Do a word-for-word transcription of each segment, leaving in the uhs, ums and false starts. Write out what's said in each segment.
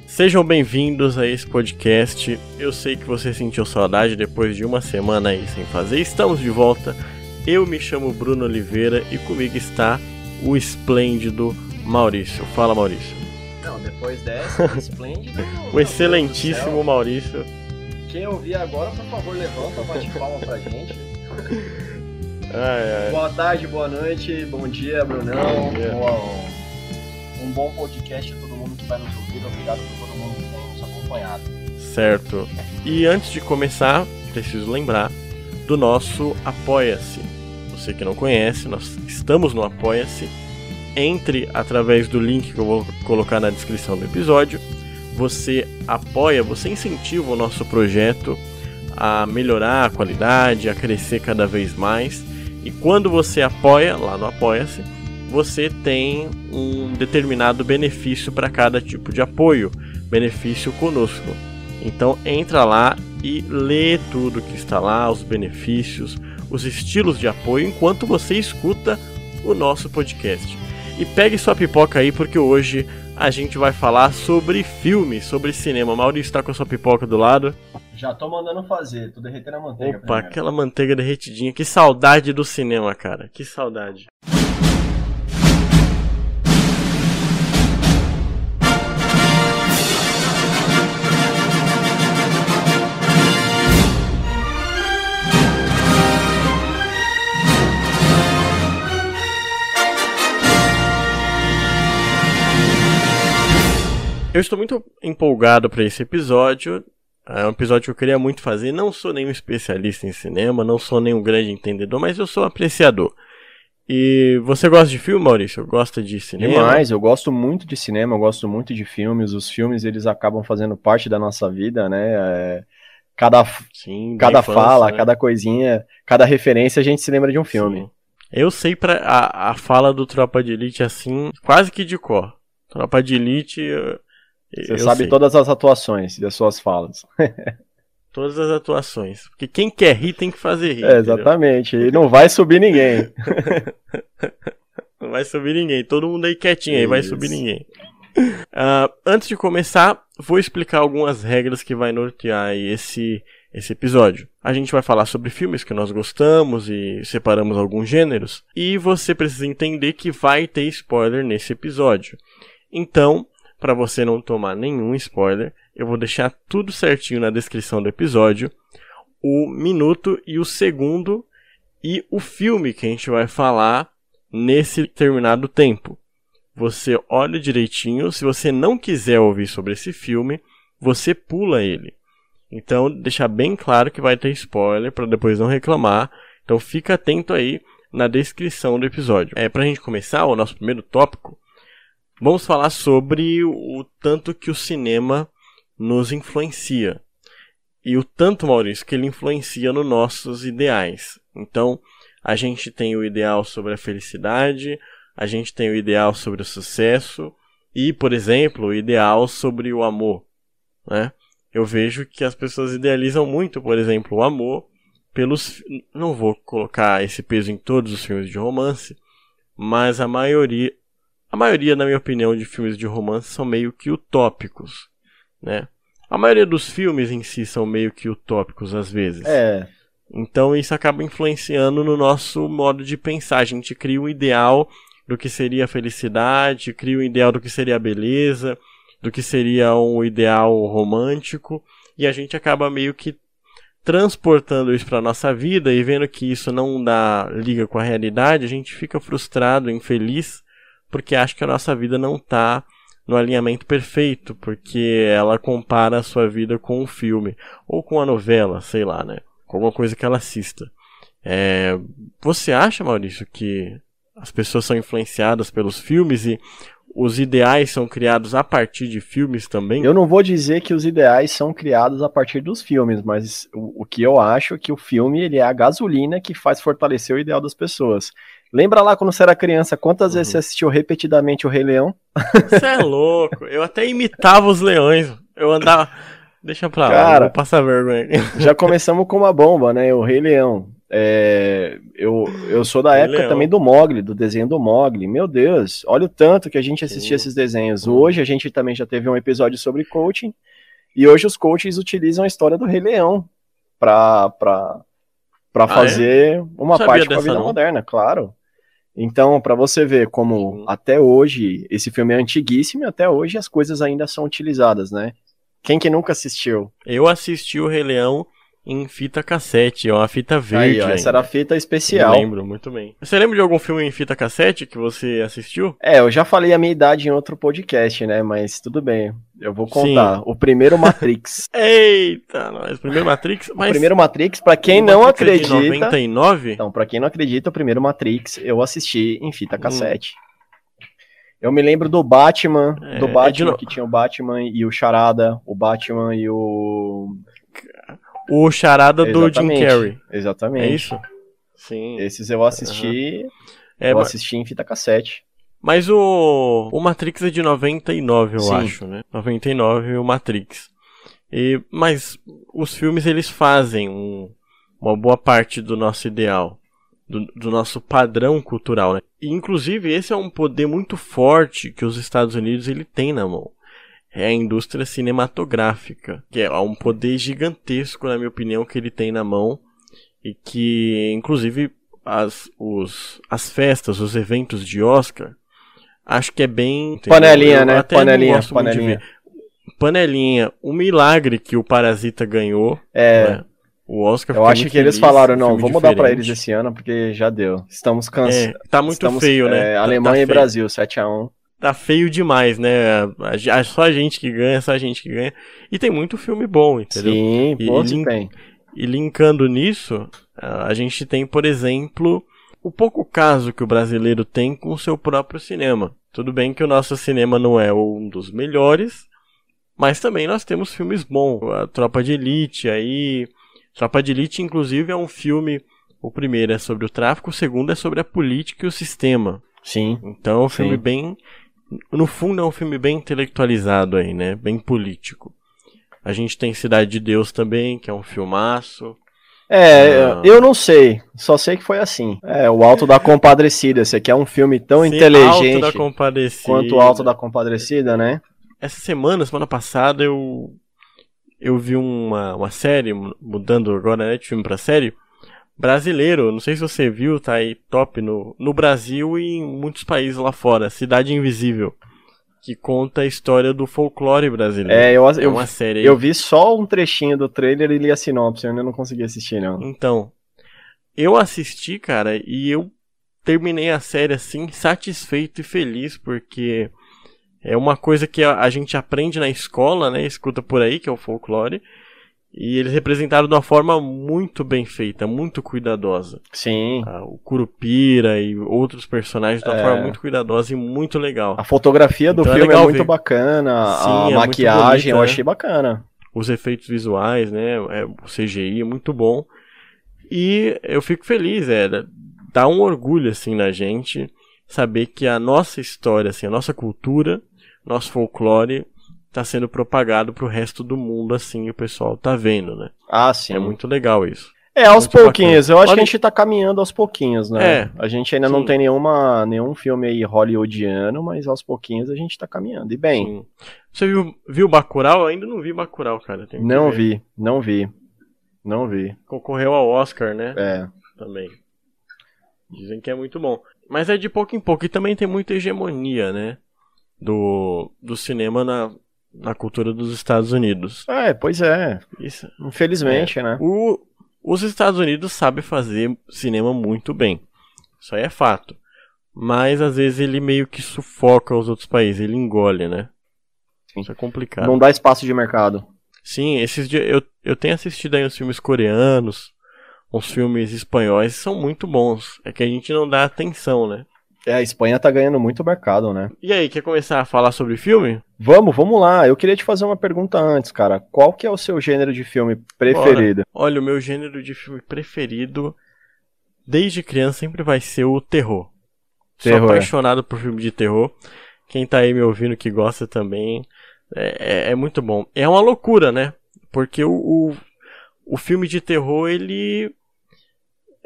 Sejam bem-vindos a esse podcast. Eu sei que você sentiu saudade depois de uma semana aí sem fazer. Estamos de volta. Eu me chamo Bruno Oliveira e comigo está o esplêndido Maurício. Fala, Maurício. Não, depois dessa, esplêndido... o excelentíssimo Maurício. Quem ouvir agora, por favor, levanta, bate palma pra gente. Ai, ai. Boa tarde, boa noite, bom dia, Brunão. Bom dia. Boa, um bom podcast a todo mundo que vai nos ouvir. Obrigado por todo mundo que tem nos acompanhado. Certo. E antes de começar, preciso lembrar do nosso Apoia-se. Você que não conhece, nós estamos no Apoia-se. Entre através do link que eu vou colocar na descrição do episódio. Você apoia, você incentiva o nosso projeto a melhorar a qualidade, a crescer cada vez mais. E quando você apoia, lá no Apoia-se, você tem um determinado benefício para cada tipo de apoio, benefício conosco. Então entra lá e lê tudo que está lá, os benefícios, os estilos de apoio, enquanto você escuta o nosso podcast. E pegue sua pipoca aí, porque hoje a gente vai falar sobre filmes, sobre cinema. Maurício está com a sua pipoca do lado. Já tô mandando fazer, tô derretendo a manteiga. Opa, primeiro. Aquela manteiga derretidinha. Que saudade do cinema, cara. Que saudade. Eu estou muito empolgado para esse episódio. É um episódio que eu queria muito fazer. Não sou nenhum especialista em cinema, não sou nenhum grande entendedor, mas eu sou apreciador. E você gosta de filme, Maurício? Gosta de cinema? Demais, eu gosto muito de cinema, eu gosto muito de filmes. Os filmes, eles acabam fazendo parte da nossa vida, né? É, cada Sim, cada infância, fala, né? cada coisinha, cada referência, a gente se lembra de um filme. Sim. Eu sei pra, a, a fala do Tropa de Elite assim, quase que de cor. Tropa de Elite... Eu... Você Eu sabe sei. todas as atuações das suas falas. Todas as atuações. Porque quem quer rir tem que fazer rir. É, exatamente. E não vai subir ninguém. Não vai subir ninguém. Todo mundo aí quietinho aí, vai Isso. subir ninguém. Uh, antes de começar, vou explicar algumas regras que vai nortear aí esse, esse episódio. A gente vai falar sobre filmes que nós gostamos e separamos alguns gêneros. E você precisa entender que vai ter spoiler nesse episódio. Então... para você não tomar nenhum spoiler, eu vou deixar tudo certinho na descrição do episódio, o minuto e o segundo e o filme que a gente vai falar nesse determinado tempo. Você olha direitinho, se você não quiser ouvir sobre esse filme, você pula ele. Então, deixar bem claro que vai ter spoiler para depois não reclamar. Então, fica atento aí na descrição do episódio. É, para a gente começar, o nosso primeiro tópico, vamos falar sobre o tanto que o cinema nos influencia. E o tanto, Maurício, que ele influencia nos nossos ideais. Então, a gente tem o ideal sobre a felicidade, a gente tem o ideal sobre o sucesso e, por exemplo, o ideal sobre o amor, né? Eu vejo que as pessoas idealizam muito, por exemplo, o amor pelos... Não vou colocar esse peso em todos os filmes de romance, mas a maioria... A maioria, na minha opinião, de filmes de romance são meio que utópicos, né? A maioria dos filmes em si são meio que utópicos, às vezes. É. Então isso acaba influenciando no nosso modo de pensar. A gente cria um ideal do que seria a felicidade, cria um ideal do que seria a beleza, do que seria um ideal romântico, e a gente acaba meio que transportando isso para a nossa vida e vendo que isso não dá liga com a realidade, a gente fica frustrado, infeliz, porque acha que a nossa vida não está no alinhamento perfeito, porque ela compara a sua vida com um filme, ou com a novela, sei lá, né? Com alguma coisa que ela assista. É... Você acha, Maurício, que as pessoas são influenciadas pelos filmes e os ideais são criados a partir de filmes também? Eu não vou dizer que os ideais são criados a partir dos filmes, mas o, o que eu acho é que o filme ele é a gasolina que faz fortalecer o ideal das pessoas. Lembra lá quando você era criança, quantas uhum. vezes você assistiu repetidamente o Rei Leão? Você é louco, eu até imitava os leões, eu andava... Deixa pra lá, Cara, vou passar vergonha. Já começamos com uma bomba, né, o Rei Leão. É, eu, eu sou da Rei época Leão. também do Mowgli, do desenho do Mowgli. Meu Deus, olha o tanto que a gente assistia Sim. esses desenhos. Hum. Hoje a gente também já teve um episódio sobre coaching, e hoje os coaches utilizam a história do Rei Leão para para Ah, fazer uma Sabia parte com a dessa, vida não. moderna, claro. Então, para você ver como Sim. até hoje, esse filme é antiguíssimo e até hoje as coisas ainda são utilizadas, né? Quem que nunca assistiu? Eu assisti o Rei Leão em fita cassete, é uma fita verde Aí, ó, essa ainda. era a fita Me especial. lembro muito bem. Você lembra de algum filme em fita cassete que você assistiu? É, eu já falei a minha idade em outro podcast, né? Mas tudo bem, eu vou contar. Sim. O primeiro Matrix. Eita, nós. Primeiro Matrix, mas O primeiro Matrix, pra quem o não Matrix é de acredita... noventa e nove? Então, pra quem não acredita, o primeiro Matrix eu assisti em fita Hum. cassete. Eu me lembro do Batman, É, do é de Batman no- que tinha o Batman e o Charada, o Batman e o... O Charada do Jim Exatamente, Carrey. Exatamente. É isso? Sim. Esses eu assisti, É, eu ma- assisti em fita cassete. mas o, o Matrix é de noventa e nove, eu Sim. acho, né? noventa e nove o Matrix. E, mas os filmes, eles fazem um- uma boa parte do nosso ideal, do, do nosso padrão cultural, né? E, inclusive, esse é um poder muito forte que os Estados Unidos ele tem na mão. É a indústria cinematográfica, que é um poder gigantesco, na minha opinião, que ele tem na mão. E que, inclusive, as, os, as festas, os eventos de Oscar, acho que é bem... entendeu? Panelinha, Eu né? até não Panelinha, gosto muito de panelinha. ver. Panelinha, o milagre que o Parasita ganhou, É, né? O Oscar, eu fiquei acho muito que eles feliz, falaram, um não, filme vamos dar pra diferente. eles esse ano, porque já deu. Estamos cansados. É, tá muito Estamos, feio, é, né? Tá- Alemanha tá e feio. Brasil, sete a um. Tá feio demais, né? A- a- Só a gente que ganha, só a gente que ganha. E tem muito filme bom, entendeu? Sim, E- pô, e se lin- tem. E linkando nisso, ah, a gente tem, por exemplo, o pouco caso que o brasileiro tem com o seu próprio cinema. Tudo bem que o nosso cinema não é um dos melhores, mas também nós temos filmes bons. A Tropa de Elite aí... Tropa de Elite, inclusive, é um filme... O primeiro é sobre o tráfico, o segundo é sobre a política e o sistema. Sim, Então é um filme Sim. bem... No fundo é um filme bem intelectualizado aí, né? Bem político. A gente tem Cidade de Deus também, que é um filmaço. é, Ah. eu não sei, só sei que foi assim. É, o Alto da Compadecida, esse aqui é um filme tão Sim, inteligente Alto da Compadecida. quanto o Alto da Compadecida, né? Essa semana, semana passada, eu eu vi uma, uma série, mudando agora, né, de filme pra série, brasileiro, não sei se você viu, tá aí top no, no Brasil e em muitos países lá fora, Cidade Invisível, que conta a história do folclore brasileiro. É, eu, É eu, uma série aí. eu vi só um trechinho do trailer e li a sinopse, eu ainda não consegui assistir, não. Então, eu assisti, cara, e eu terminei a série assim, satisfeito e feliz, porque é uma coisa que a, a gente aprende na escola, né, escuta por aí, que é o folclore, e eles representaram de uma forma muito bem feita, muito cuidadosa. Sim. Ah, o Curupira e outros personagens de uma É. forma muito cuidadosa e muito legal. A fotografia do Então é filme é, legal muito ver. bacana, Sim, é a muito maquiagem bonita, eu né? achei bacana. Os efeitos visuais, né, é, o C G I é muito bom. E eu fico feliz, é, dá um orgulho assim na gente saber que a nossa história, assim, a nossa cultura, nosso folclore tá sendo propagado pro resto do mundo assim, e o pessoal tá vendo, né? Ah, sim. É muito legal isso. É, aos muito pouquinhos. bacana. Eu acho Olha- que a gente tá caminhando aos pouquinhos, né? É, A gente ainda não sim. tem nenhuma, nenhum filme aí hollywoodiano, mas aos pouquinhos a gente tá caminhando. E bem, Sim. Você viu, viu Bacurau? Eu ainda não vi Bacurau, cara. Tenho que não ver. vi, não vi. Não vi. Concorreu ao Oscar, né? É. Também. Dizem que é muito bom. Mas é de pouco em pouco. E também tem muita hegemonia, né? Do, do cinema na, na cultura dos Estados Unidos. É, pois é. Isso. Infelizmente, né? O, os Estados Unidos sabem fazer cinema muito bem. Isso aí é fato. Mas às vezes ele meio que sufoca os outros países. Ele engole, né? Sim. Isso é complicado. Não dá espaço de mercado. Sim, esses dias eu, eu tenho assistido aí uns filmes coreanos, uns filmes espanhóis, são muito bons. É que a gente não dá atenção, né? É, a Espanha tá ganhando muito mercado, né? E aí, quer começar a falar sobre filme? Vamos, vamos lá. Eu queria te fazer uma pergunta antes, cara. Qual que é o seu gênero de filme preferido? Olha, o meu gênero de filme preferido, desde criança, sempre vai ser o terror. Terror. Sou apaixonado por filme de terror. Quem tá aí me ouvindo que gosta também, é, é, é muito bom. É uma loucura, né? Porque o, o, o filme de terror, ele...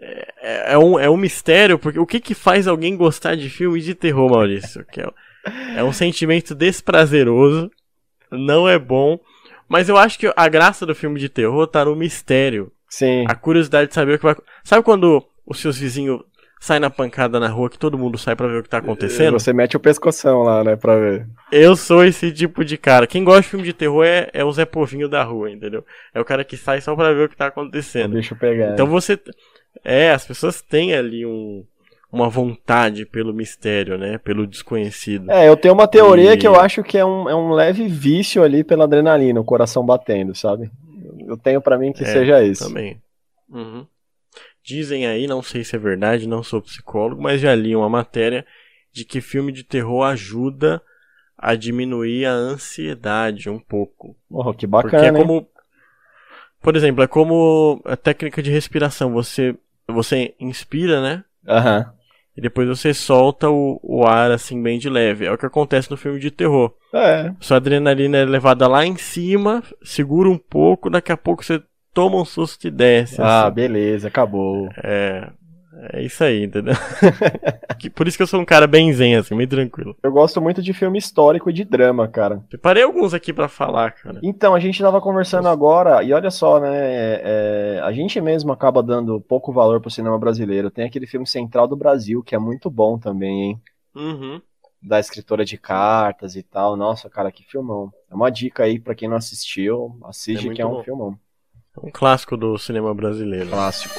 é, é, um, é um mistério, porque o que que faz alguém gostar de filme de terror, Maurício? Que é, é um sentimento desprazeroso, não é bom, mas eu acho que a graça do filme de terror tá no mistério. Sim. A curiosidade de saber o que vai... Sabe quando os seus vizinhos saem na pancada na rua, que todo mundo sai pra ver o que tá acontecendo? Você mete o pescoção lá, né, pra ver. Eu sou esse tipo de cara. Quem gosta de filme de terror é, é o Zé Povinho da rua, entendeu? É o cara que sai só pra ver o que tá acontecendo. O bicho pegar. Então você... É, as pessoas têm ali um, uma vontade pelo mistério, né? Pelo desconhecido. É, eu tenho uma teoria E- que eu acho que é um, é um leve vício ali pela adrenalina, o coração batendo, sabe? Eu tenho pra mim que É, seja isso. Também. Uhum. Dizem aí, não sei se é verdade, não sou psicólogo, mas já li uma matéria de que filme de terror ajuda a diminuir a ansiedade um pouco. Oh, que Porque bacana, é hein? como... Por exemplo, é como a técnica de respiração. Você, você inspira, né? Aham. E depois você solta o, o ar assim bem de leve. É o que acontece no filme de terror. É. Sua adrenalina é levada lá em cima, segura um pouco, daqui a pouco você toma um susto e desce. Ah, assim. beleza, acabou. É, é isso aí, entendeu? Que- Por isso que eu sou um cara bem zen, assim, bem tranquilo. Eu gosto muito de filme histórico e de drama, cara. Separei alguns aqui pra falar, cara. Então, a gente tava conversando agora, e olha só, né? é, a gente mesmo acaba dando pouco valor pro cinema brasileiro. Tem aquele filme Central do Brasil, que é muito bom também, hein? Uhum. Da escritora de cartas e tal. Nossa, cara, que filmão. É uma dica aí pra quem não assistiu, É assiste muito que é um bom. filmão. Um clássico do cinema brasileiro. Clássico.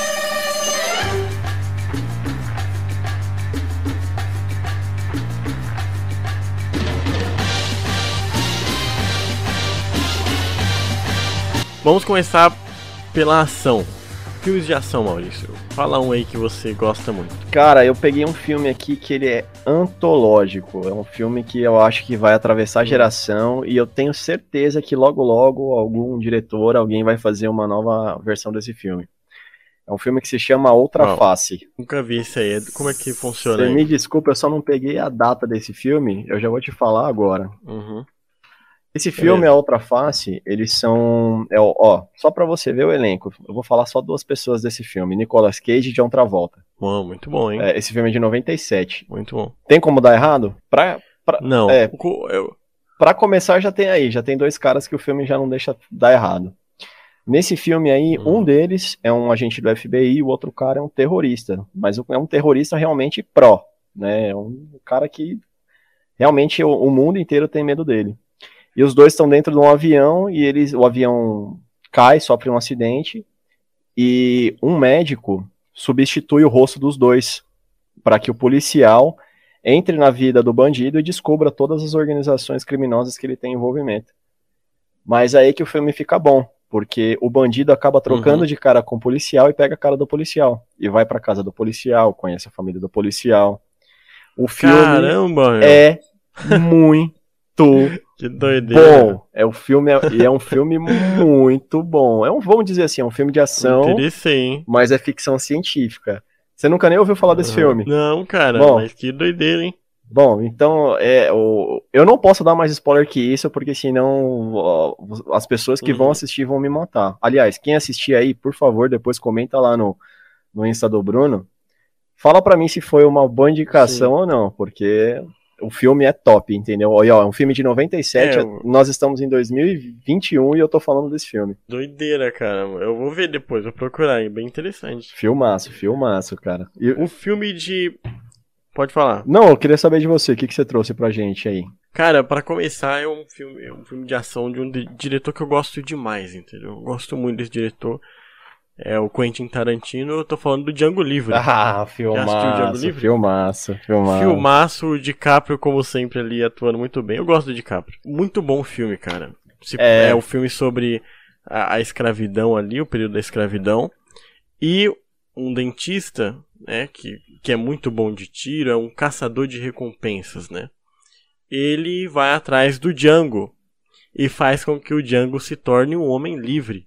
Vamos começar pela ação. Filmes de ação, Maurício. Fala um aí que você gosta muito. Cara, eu peguei um filme aqui que ele é antológico. É um filme que eu acho que vai atravessar a geração e eu tenho certeza que logo logo algum diretor, alguém vai fazer uma nova versão desse filme. É um filme que se chama Outra Qual? Face. Nunca vi esse aí. Como é que funciona Você aí? me desculpa, eu só não peguei a data desse filme, eu já vou te falar agora. Uhum. Esse filme, A Outra Face, eles são... É, ó, ó, só pra você ver o elenco, eu vou falar só duas pessoas desse filme, Nicolas Cage e John Travolta. Bom, muito bom, hein? É, esse filme é de noventa e sete. Muito bom. Tem como dar errado? Pra, pra, Não, É. co- eu- pra começar já tem aí, já tem dois caras que o filme já não deixa dar errado. Nesse filme aí, Uhum. um deles é um agente do F B I e o outro cara é um terrorista, mas é um terrorista realmente pró, né? É um cara que realmente o, o mundo inteiro tem medo dele. E os dois estão dentro de um avião e eles, o avião cai, sofre um acidente e um médico substitui o rosto dos dois para que o policial entre na vida do bandido e descubra todas as organizações criminosas que ele tem envolvimento. Mas aí que o filme fica bom, porque o bandido acaba trocando Uhum. de cara com o policial e pega a cara do policial. E vai pra casa do policial, conhece a família do policial. O filme Caramba, meu. é muito Que doideira. bom. É, o filme é, e é um filme muito bom. É um, vamos dizer assim, é um filme de ação, Interessei, hein? mas é ficção científica. Você nunca nem ouviu falar desse Uhum. filme? Não, cara, Bom. mas que doideira, hein? Bom, então, é, o, eu não posso dar mais spoiler que isso, porque senão ó, as pessoas que Uhum. vão assistir vão me matar. Aliás, quem assistir aí, por favor, depois comenta lá no, no Insta do Bruno. Fala pra mim se foi uma boa indicação Sim. ou não, porque o filme é top, entendeu? E, ó, é um filme de noventa e sete, É, eu- nós estamos em dois mil e vinte e um e eu tô falando desse filme. Doideira, cara. Eu vou ver depois, vou procurar, é bem interessante. Filmaço, filmaço, cara. E- Um filme de... Pode falar. não, eu queria saber de você, o que, que você trouxe pra gente aí? Cara, pra começar, é um filme, é um filme de ação de um di- diretor que eu gosto demais, entendeu? Eu gosto muito desse diretor. É o Quentin Tarantino, eu tô falando do Django Livre. Ah, assistiu o Django filmaço, Livre? filmaço, filmaço. Filmaço, o DiCaprio, como sempre, ali atuando muito bem. Eu gosto do DiCaprio. Muito bom filme, cara. Se- É. é o filme sobre a, a escravidão ali, o período da escravidão. E um dentista, né, que, que é muito bom de tiro, é um caçador de recompensas, né? Ele vai atrás do Django e faz com que o Django se torne um homem livre.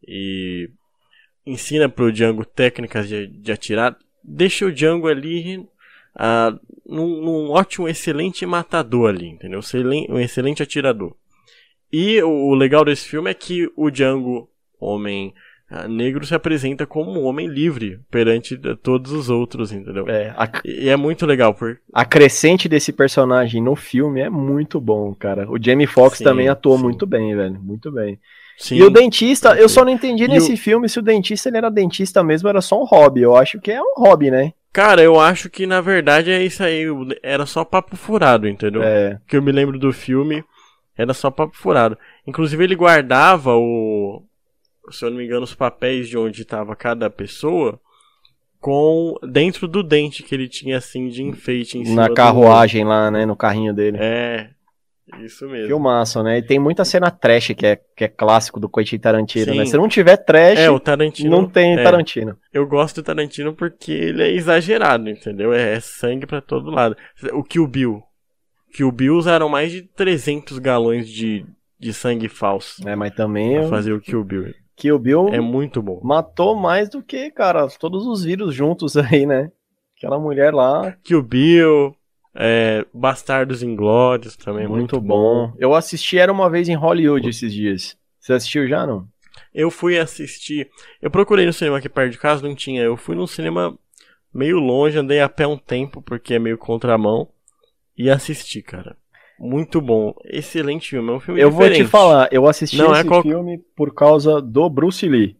E ensina pro Django técnicas de, de atirar. Deixa o Django ali ah, num, num ótimo, excelente matador ali, entendeu? Excelen- Um excelente atirador. E o, o legal desse filme é que o Django, homem negro se apresenta como um homem livre perante todos os outros, entendeu? É, a, e é muito legal. Por... a crescente desse personagem no filme é muito bom, cara. O Jamie Foxx Sim, também atuou sim. muito bem, velho. Muito bem. Sim, e o dentista, eu só não entendi E nesse o- filme se o dentista ele era dentista mesmo, era só um hobby. Eu acho que é um hobby, né? Cara, eu acho que na verdade é isso aí. Era só papo furado, entendeu? É. Que eu me lembro do filme, era só papo furado. Inclusive ele guardava o... se eu não me engano, os papéis de onde estava cada pessoa com dentro do dente que ele tinha assim de enfeite em cima Na do- carruagem lá, né? No carrinho dele. É, isso mesmo. Filmaço, né? E tem muita cena trash que é, que é clássico do Quentin Tarantino, Sim. né? Se não tiver trash, É, o Tarantino. não tem é, Tarantino. Eu gosto do Tarantino porque ele é exagerado, entendeu? É, é sangue pra todo lado. O Kill Bill. Kill Bill usaram mais de trezentos galões de, de sangue falso É, mas também pra o fazer o Kill Bill. Kill Bill É muito bom. matou mais do que, cara, todos os vírus juntos aí, né? Aquela mulher lá, Kill Bill, é, Bastardos Inglórios também, muito, muito, bom. bom. Eu assisti Era Uma Vez em Hollywood esses dias. Você assistiu já, não? Eu fui assistir. Eu procurei no cinema aqui perto de casa, não tinha. Eu fui num cinema meio longe, andei a pé um tempo, porque é meio contramão. E assisti, cara. Muito bom. Excelente filme. É um filme Eu diferente. vou te falar, eu assisti Não é esse qual- filme por causa do Bruce Lee.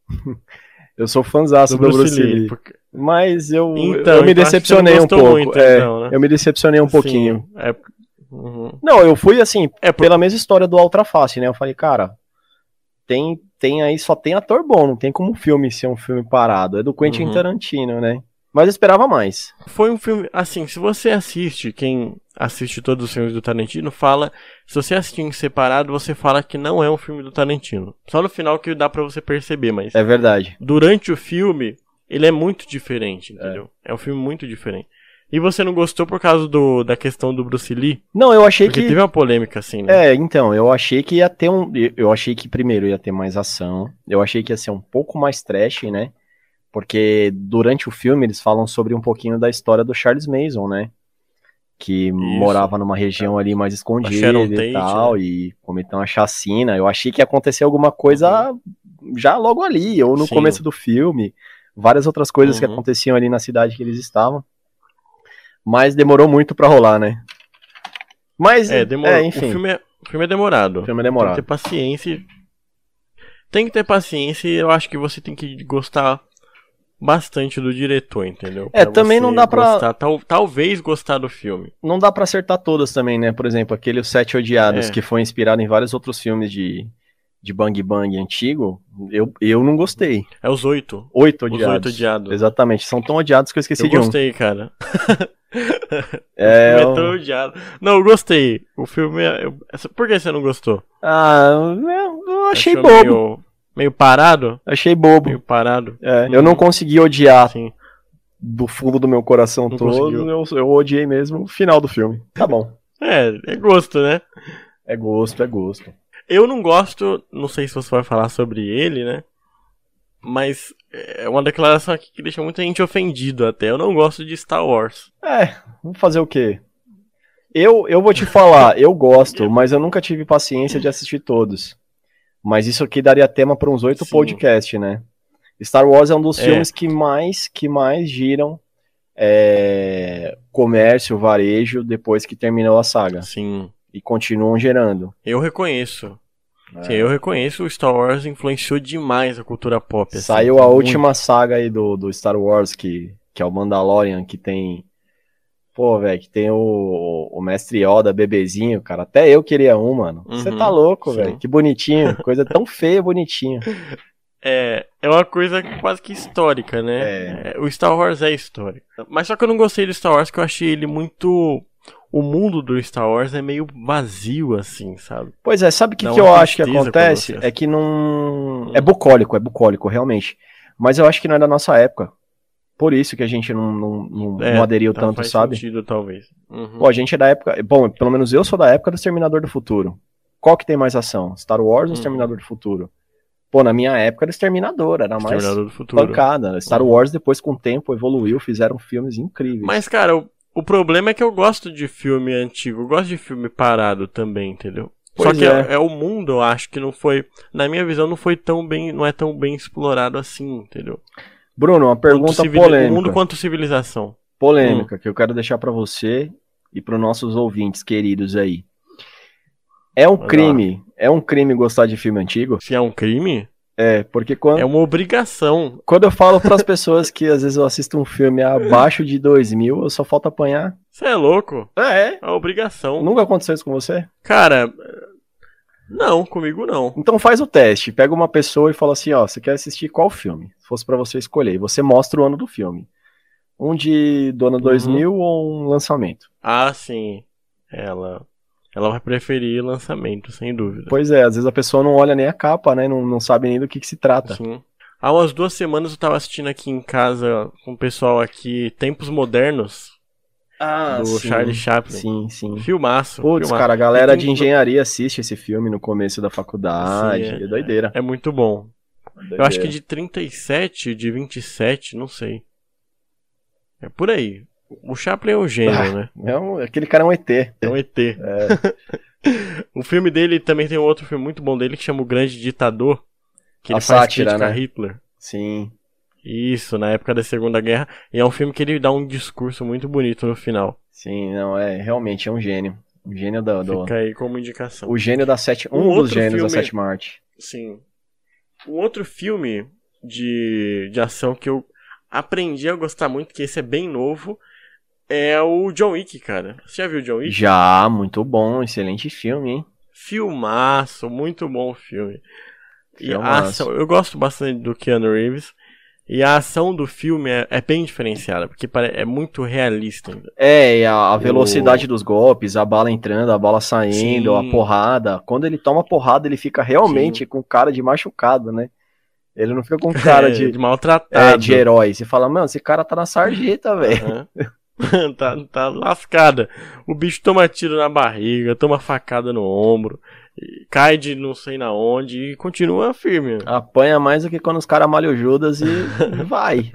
Eu sou fãzaço Do do, Bruce Bruce Lee. Lee. porque- Mas eu, Então, eu me então acho que decepcionei você não um gostou pouco. muito, é, então, né? Eu me decepcionei um pouquinho. Sim, é... Uhum. Não, eu fui assim, É, por- pela mesma história do Ultra Face, né? Eu falei, cara, tem, tem aí, só tem ator bom, não tem como um filme ser um filme parado. É do Quentin Uhum. Tarantino, né? Mas eu esperava mais. Foi um filme, assim, se você assiste, quem assiste todos os filmes do Tarantino, fala, se você assistir em separado, você fala que não é um filme do Tarantino. Só no final que dá pra você perceber, mas É verdade. durante o filme, ele é muito diferente, entendeu? É, um filme muito diferente. E você não gostou por causa do, da questão do Bruce Lee? Não, eu achei Porque que... teve uma polêmica, assim, né? É, então, eu achei que ia ter um... Eu achei que primeiro ia ter mais ação. Eu achei que ia ser um pouco mais trash, né? Porque durante o filme eles falam sobre um pouquinho da história do Charles Manson, né? Que morava numa região ali mais escondida Sharon e Tate, tal, né? e cometeu uma chacina. Eu achei que ia acontecer alguma coisa já logo ali, ou no Sim. começo do filme. Várias outras coisas que Uhum. aconteciam ali na cidade que eles estavam. Mas demorou muito pra rolar, né? Mas, É, demorou. é, enfim, O filme é, o filme é demorado. o filme é Tem demorado. que ter paciência. Tem que ter paciência e eu acho que você tem que gostar bastante do diretor, entendeu? É, Pra também você não dá pra- gostar, tal, talvez gostar do filme. Não dá pra acertar todas também, né? Por exemplo, aquele Os Sete Odiados, É. que foi inspirado em vários outros filmes de, de Bang Bang antigo, eu, eu não gostei. É os oito. Oito Os odiados. oito odiados. Exatamente, são tão odiados que eu esqueci Eu de um. gostei, cara. É, o filme eu- é tão odiado. Não, eu gostei. O filme é... eu- Por que você não gostou? Ah, eu, eu achei Achou bobo. Meio, meio parado? Achei bobo. Meio parado. É, Uhum. eu não consegui odiar Sim. do fundo do meu coração Não todo. conseguiu. Eu, eu odiei mesmo o final do filme. Tá bom. É, é gosto, né? É gosto, é gosto. Eu não gosto, não sei se você vai falar sobre ele, né? Mas é uma declaração aqui que deixa muita gente ofendido até. Eu não gosto de Star Wars. É, vamos fazer o quê? Eu, eu vou te falar, eu gosto, mas eu nunca tive paciência de assistir todos. Mas isso aqui daria tema para uns oito Sim. podcasts, né? Star Wars é um dos É. filmes que mais, que mais giram é, comércio, varejo, depois que terminou a saga. Sim, E continuam gerando. eu reconheço. É. Sim, eu reconheço. O Star Wars influenciou demais a cultura pop. assim, Saiu a muito. última saga aí do, do Star Wars, que, que é o Mandalorian, que tem... Pô, velho, que tem o, o Mestre Yoda, bebezinho, cara. Até eu queria um, mano. Você Uhum, tá louco, sim. velho. Que bonitinho. Coisa tão feia, bonitinho. É, é uma coisa quase que histórica, né? É, o Star Wars é histórico. Mas só que eu não gostei do Star Wars, que eu achei ele muito... O mundo do Star Wars é meio vazio, assim, sabe? Pois é, sabe o que, Dá que uma eu acho que tristeza acontece? quando você- É que não... É bucólico, é bucólico, realmente. Mas eu acho que não é da nossa época. Por isso que a gente não, não, não, É, não aderiu tá, tanto, faz sabe? sentido, talvez. Uhum. Pô, a gente é da época... Bom, pelo menos eu sou da época do Exterminador do Futuro. Qual que tem mais ação? Star Wars ou Uhum. Exterminador do Futuro? Pô, na minha época era Exterminador, era mais Exterminador do Futuro. pancada. Star Uhum. Wars depois com o tempo evoluiu, fizeram filmes incríveis. Mas, cara, o, o problema é que eu gosto de filme antigo. Eu gosto de filme parado também, entendeu? Só Pois que é. é. é o mundo, eu acho que não foi, na minha visão, não foi tão bem, não é tão bem explorado assim, entendeu? Bruno, uma pergunta Quanto civili- polêmica. O mundo quanto civilização. Polêmica, que eu quero deixar pra você e para os nossos ouvintes queridos aí. É um Olha crime, é um crime gostar de filme antigo? Se é um crime, É, porque quando, é uma obrigação. quando eu falo pras pessoas que às vezes eu assisto um filme abaixo de dois mil, eu só falta apanhar. Você é louco? É, É uma obrigação. nunca aconteceu isso com você? Cara, não, comigo não. Então faz o teste, pega uma pessoa e fala assim, ó, você quer assistir qual filme? Se fosse pra você escolher, e você mostra o ano do filme. Um de do ano dois mil ou um lançamento? Ah, sim. Ela, ela vai preferir lançamento, sem dúvida. Pois é, às vezes a pessoa não olha nem a capa, né, não, não sabe nem do que, que se trata. Sim. Há umas duas semanas eu tava assistindo aqui em casa com o pessoal aqui, Tempos Modernos, Ah, do Charlie Chaplin. Sim, sim. Filmaço. Putz, filmaço. cara, a galera E tem de tudo- engenharia assiste esse filme no começo da faculdade. Sim, é, doideira. É muito bom. Doideira. Eu acho que de trinta e sete, de vinte e sete, não sei. É por aí. O Chaplin é um gênio, né? É um- aquele cara é um E T. É um E T. O filme dele também tem um outro filme muito bom dele que chama O Grande Ditador. Que ele A faz sátira, crítica a né? Hitler. Sim. Isso, na época da Segunda Guerra. E é um filme que ele dá um discurso muito bonito no final. Sim, não, é realmente é um gênio. Um gênio do. do- Fica aí como indicação. o gênio da sétima. Um Um, dos outro gênios da filme- sétima arte. Sim. Um outro filme de, de ação que eu aprendi a gostar muito, que esse é bem novo, é o John Wick, cara. Você já viu o John Wick? Já, muito bom, excelente filme, hein? Filmaço, muito bom filme. E a Filmaço. ação, eu gosto bastante do Keanu Reeves. E a ação do filme é, é bem diferenciada, porque pare- é muito realista ainda. É, e a, a velocidade dos golpes, a bala entrando, a bala saindo, Sim. a porrada. Quando ele toma porrada, ele fica realmente Sim. com cara de machucado, né? Ele não fica com cara É, de, de maltratado. é, de herói. Você fala, mano, esse cara tá na sarjeta, velho. Aham. tá, tá lascada. O bicho toma tiro na barriga, toma facada no ombro, e cai de não sei na onde e continua firme. Apanha mais do que quando os caras malham o Judas e, e vai.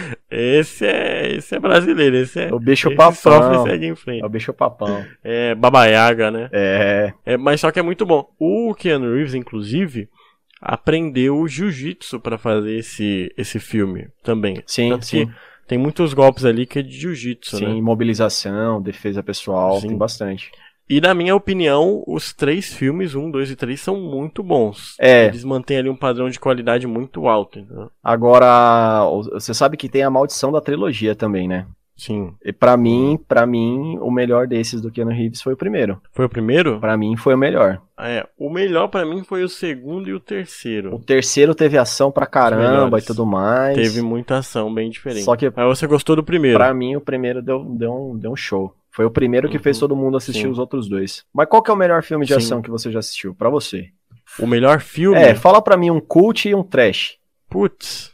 Esse é, esse é brasileiro, esse é O bicho esse papão. sofre e segue em É frente. o bicho papão. É babaiaga, né? É. É, mas só que é muito bom. O Keanu Reeves, inclusive, aprendeu o jiu-jitsu pra fazer esse, esse filme também. Sim, Tanto sim. que tem muitos golpes ali que é de jiu-jitsu, Sim, né? imobilização, defesa pessoal, Sim. tem bastante. E na minha opinião, os três filmes, um, dois e três, são muito bons. É. Eles mantêm ali um padrão de qualidade muito alto, entendeu? Agora, você sabe que tem a maldição da trilogia também, né? Sim. E pra mim, para mim, o melhor desses do Keanu Reeves foi o primeiro. Foi o primeiro? Pra mim foi o melhor. É, o melhor pra mim foi o segundo e o terceiro. O terceiro teve ação pra caramba melhores. e tudo mais. Teve muita ação bem diferente. Só que Mas você gostou do primeiro? pra mim o primeiro deu, deu, um, deu um show. Foi o primeiro que Uhum. fez todo mundo assistir Sim. os outros dois. Mas qual que é o melhor filme de Sim. ação que você já assistiu? Pra você. O melhor filme? É, fala pra mim um cult e um trash. Putz.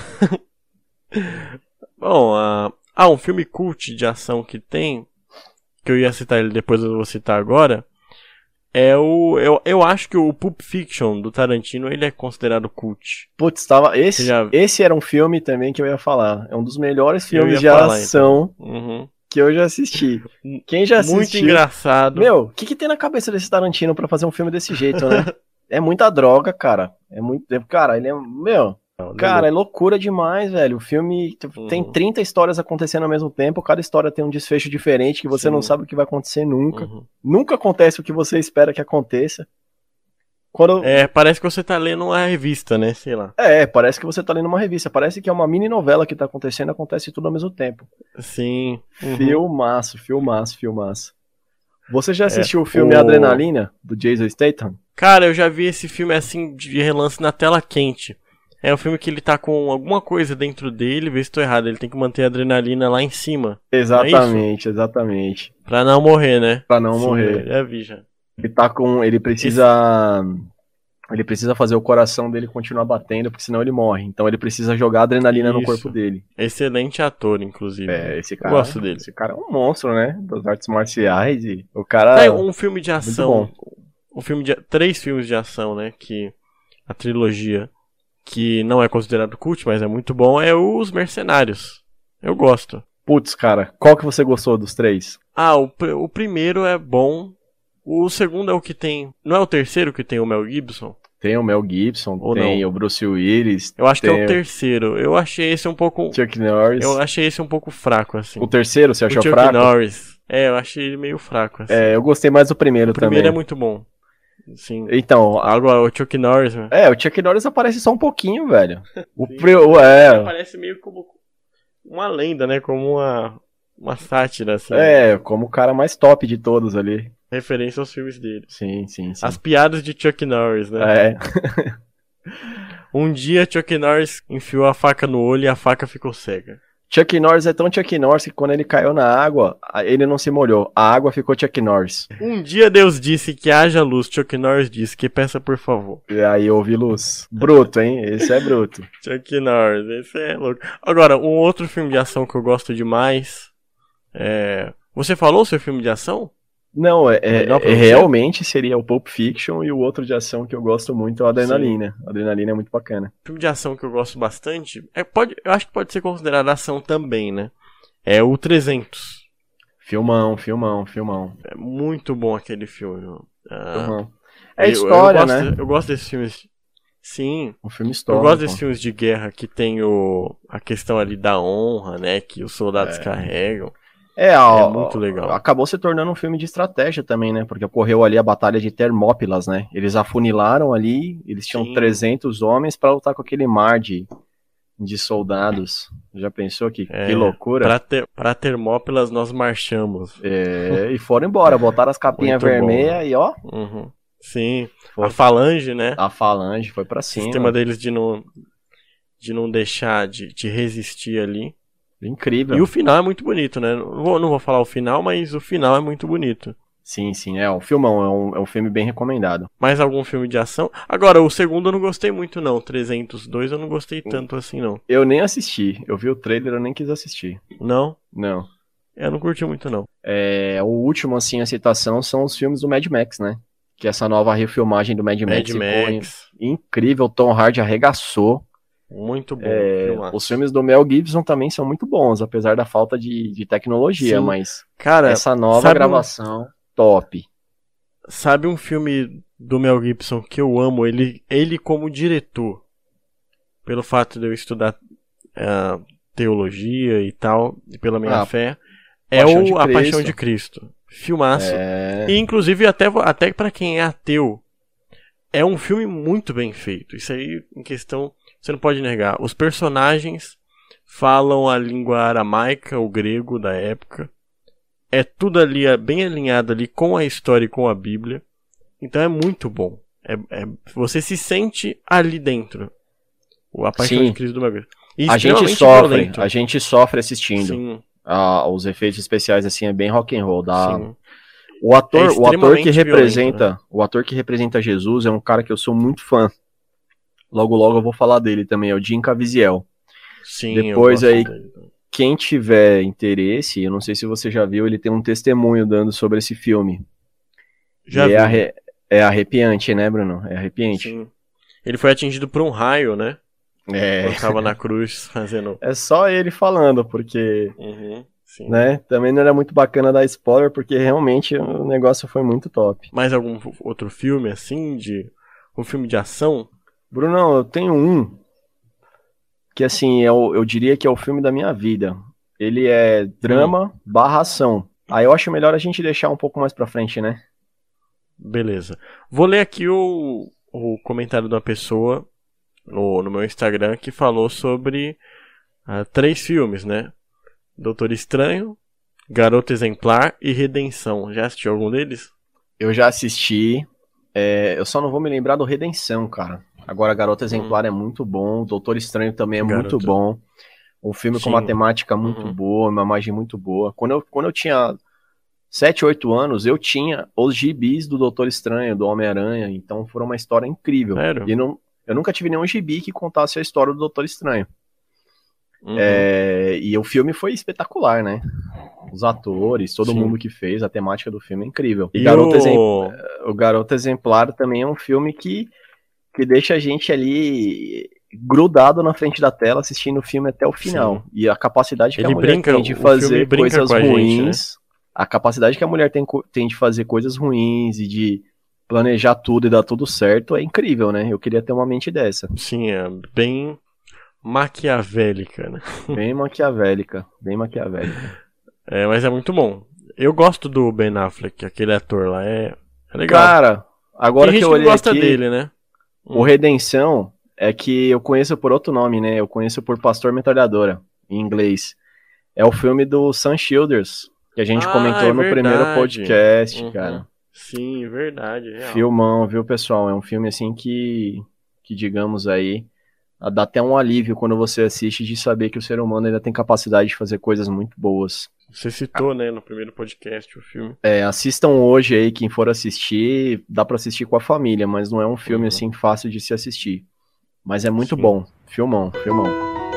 Bom, ah, ah, um filme cult de ação que tem, que eu ia citar ele depois, eu vou citar agora, é o... Eu, eu acho que o Pulp Fiction, do Tarantino, ele é considerado cult. Putz, tava, esse, Você já- esse era um filme tambem que eu ia falar. É um dos melhores Eu filmes ia de falar, ação Uhum. que eu já assisti. Quem já assistiu... Muito engraçado. Meu, o que, que tem na cabeça desse Tarantino pra fazer um filme desse jeito, né? É muita droga, cara. É muito. Cara, ele é. Meu, cara, é loucura demais, velho. O filme t- Uhum. tem trinta histórias acontecendo ao mesmo tempo. Cada história tem um desfecho diferente que você Sim. não sabe o que vai acontecer nunca. Uhum. Nunca acontece o que você espera que aconteça. Quando. É. É, parece que você tá lendo uma revista, né? Sei lá. Parece que você tá lendo uma revista. Parece que é uma mini novela que tá acontecendo, acontece tudo ao mesmo tempo. Sim. Uhum. Filmaço, filmaço, filmaço. Você já assistiu o filme o- Adrenalina, do Jason Statham? Cara, eu já vi esse filme assim de relance na tela quente. É um filme que ele tá com alguma coisa dentro dele, vê se tô errado, ele tem que manter a adrenalina lá em cima, Exatamente, exatamente. pra não morrer, né? Pra não Sim, morrer. Já vi já. Ele tá com. Ele precisa. Ele precisa fazer o coração dele continuar batendo, porque senão ele morre. Então ele precisa jogar adrenalina no Isso. corpo dele. Excelente ator, inclusive. É, esse Eu cara. gosto dele. Esse cara é um monstro, né? Das artes marciais. E o cara. É, um filme de ação, bom. um filme de três filmes de ação, né, que a trilogia que não é considerado cult, mas é muito bom, é Os Mercenários. Eu gosto. Putz, cara, qual que você gostou dos três? Ah, o, pr- o primeiro é bom. O segundo é o que tem... Não é o terceiro que tem o Mel Gibson? Tem o Mel Gibson, Ou tem não? o Bruce Willis. Eu acho que tem é o terceiro. Eu achei esse um pouco... Chuck Norris. Eu achei esse um pouco fraco, assim. O terceiro, você O achou Chuck fraco? Norris. É, eu achei ele meio fraco, assim. É, eu gostei mais do primeiro, O primeiro também. é muito bom. Sim. Então, a- Agora, o Chuck Norris, né? é, o Chuck Norris aparece só um pouquinho, velho. O, Sim. pri- o- é, Parece meio como uma lenda, né? Como uma, uma sátira, assim. é, como o cara mais top de todos ali. Referência aos filmes dele. Sim, sim, sim. As piadas de Chuck Norris, né? É, Um dia, Chuck Norris enfiou a faca no olho e a faca ficou cega. Chuck Norris é tão Chuck Norris que quando ele caiu na água, a- ele não se molhou. A água ficou Chuck Norris. Um dia Deus disse que haja luz, Chuck Norris disse que peça por favor. E aí houve luz. Bruto, hein? Esse é bruto. Chuck Norris, esse é louco. Agora, um outro filme de ação que eu gosto demais é... Você falou o seu filme de ação? Não, é, é- Legal pra é- você? realmente seria o Pulp Fiction e o outro de ação que eu gosto muito é o Adrenalina. Adrenalina é muito bacana. Filme de ação que eu gosto bastante, é, pode, eu acho que pode ser considerado ação também, né? É o trezentos. Filmão, filmão, filmão. É muito bom aquele filme. Ah, filmão. É eu- história, eu gosto, né? Eu gosto desses filmes. Sim, Um filme eu histórico. gosto desses filmes de guerra que tem o, a questão ali da honra, né? Que os soldados carregam. É, ó, É muito legal. Acabou se tornando um filme de estratégia também, né? Porque ocorreu ali a Batalha de Termópilas, né? Eles afunilaram ali, eles tinham Sim. trezentos homens pra lutar com aquele mar de, de soldados. Já pensou que, É, que loucura? Pra, ter, pra Termópilas nós marchamos. É, e foram embora, botaram as capinhas Muito bom. vermelhas e ó, Uhum. Sim, Foi. a falange, né? a falange foi pra O cima. sistema deles de não, de não deixar de, de resistir ali. Incrível. E o final é muito bonito, né? Não vou, não vou falar o final, mas o final é muito bonito. Sim, sim, é um filmão, é um, é um filme bem recomendado. Mais algum filme de ação? Agora, o segundo eu não gostei muito, não. trezentos e dois eu não gostei tanto assim, não. Eu nem assisti, eu vi o trailer, eu nem quis assistir. Não? Não. Eu não curti muito, não. É, o último, assim, a citação são os filmes do Mad Max, né? Que essa nova refilmagem do Mad, Mad Max, ficou Max. incrível, Tom Hardy arregaçou. Muito bom. É, filmaço. os filmes do Mel Gibson também são muito bons, apesar da falta de, de tecnologia, Sim. mas Cara, essa nova sabe um- gravação, top. sabe um filme do Mel Gibson que eu amo? Ele, ele como diretor. Pelo fato de eu estudar ah, teologia e tal, e pela minha Ah, fé. É Paixão de o A Cristo. Paixão de Cristo. Filmaço. É, E inclusive até, até para quem é ateu, é um filme muito bem feito. Isso aí, em questão, você não pode negar. Os personagens falam a língua aramaica, o grego da época. É tudo ali, é bem alinhado ali com a história e com a Bíblia. Então é muito bom. É, é- você se sente ali dentro. O A Paixão Sim. de Cristo do Mel Gibson. E a gente extremamente sofre, violento. a gente sofre assistindo. Sim, Ah, os efeitos especiais, assim, é bem rock and roll. Dá... sim. O ator, É o ator extremamente que representa, violento, o ator que representa Jesus é um cara que eu sou muito fã. Logo, logo eu vou falar dele também, é o Jim Caviezel. Sim, Depois eu gosto aí- dele. Quem tiver interesse, eu não sei se você já viu, ele tem um testemunho dando sobre esse filme. Já E vi. é, arre- é arrepiante, né, Bruno? É arrepiante. Sim. Ele foi atingido por um raio, né? É. Quando tava na cruz fazendo. É só ele falando, porque, Uhum, sim. né, também não era muito bacana dar spoiler, porque realmente o negócio foi muito top. Mais algum f- outro filme assim de um filme de ação? Brunão, eu tenho um que, assim, eu, eu diria que é o filme da minha vida. Ele é drama barra ação. Aí eu acho melhor a gente deixar um pouco mais pra frente, né? Beleza. Vou ler aqui o, o comentário de uma pessoa no, no meu Instagram que falou sobre ah, três filmes, né? Doutor Estranho, Garota Exemplar e Redenção. Já assistiu algum deles? Eu já assisti, é, eu só não vou me lembrar do Redenção, cara. Agora, Garota Exemplar é muito bom, Doutor Estranho também é muito Garota. bom. Um filme com Sim. uma temática muito Uhum. boa, uma imagem muito boa. Quando eu, quando eu tinha sete, oito anos, eu tinha os gibis do Doutor Estranho, do Homem-Aranha, então foram uma história incrível. Sério? E não, eu nunca tive nenhum gibi que contasse a história do Doutor Estranho. Uhum. É, e o filme foi espetacular, né? Os atores, todo Sim. mundo que fez, a temática do filme é incrível. E E Garota o... Exemplar, o Garota Exemplar também é um filme que, que deixa a gente ali grudado na frente da tela assistindo o filme até o final. Sim. E a capacidade que Ele a mulher brinca- tem de o filme fazer brinca coisas com a gente, ruins. a capacidade que a mulher tem, tem de fazer coisas ruins e de planejar tudo e dar tudo certo é incrível, né? Eu queria ter uma mente dessa. Sim, é bem maquiavélica, né? Bem maquiavélica, bem maquiavélica. É, mas é muito bom. Eu gosto do Ben Affleck, aquele ator lá, é, é legal. Cara, agora Tem que gente eu que olhei não gosta aqui, dele, né? o Redenção é que eu conheço por outro nome, né? Eu conheço por Pastor Metralhadora, em inglês. É o filme do Sam Childers, que a gente Ah, comentou é no primeiro verdade. podcast, Uhum. cara. Sim, verdade. Real. Filmão, viu, pessoal? É um filme assim que, que digamos aí, dá até um alívio quando você assiste de saber que o ser humano ainda tem capacidade de fazer coisas muito boas. Você citou, né, no primeiro podcast o filme. É, assistam hoje aí, quem for assistir, dá pra assistir com a família, mas não é um filme Uhum. assim fácil de se assistir. Mas é muito Sim. bom. Filmão, filmão.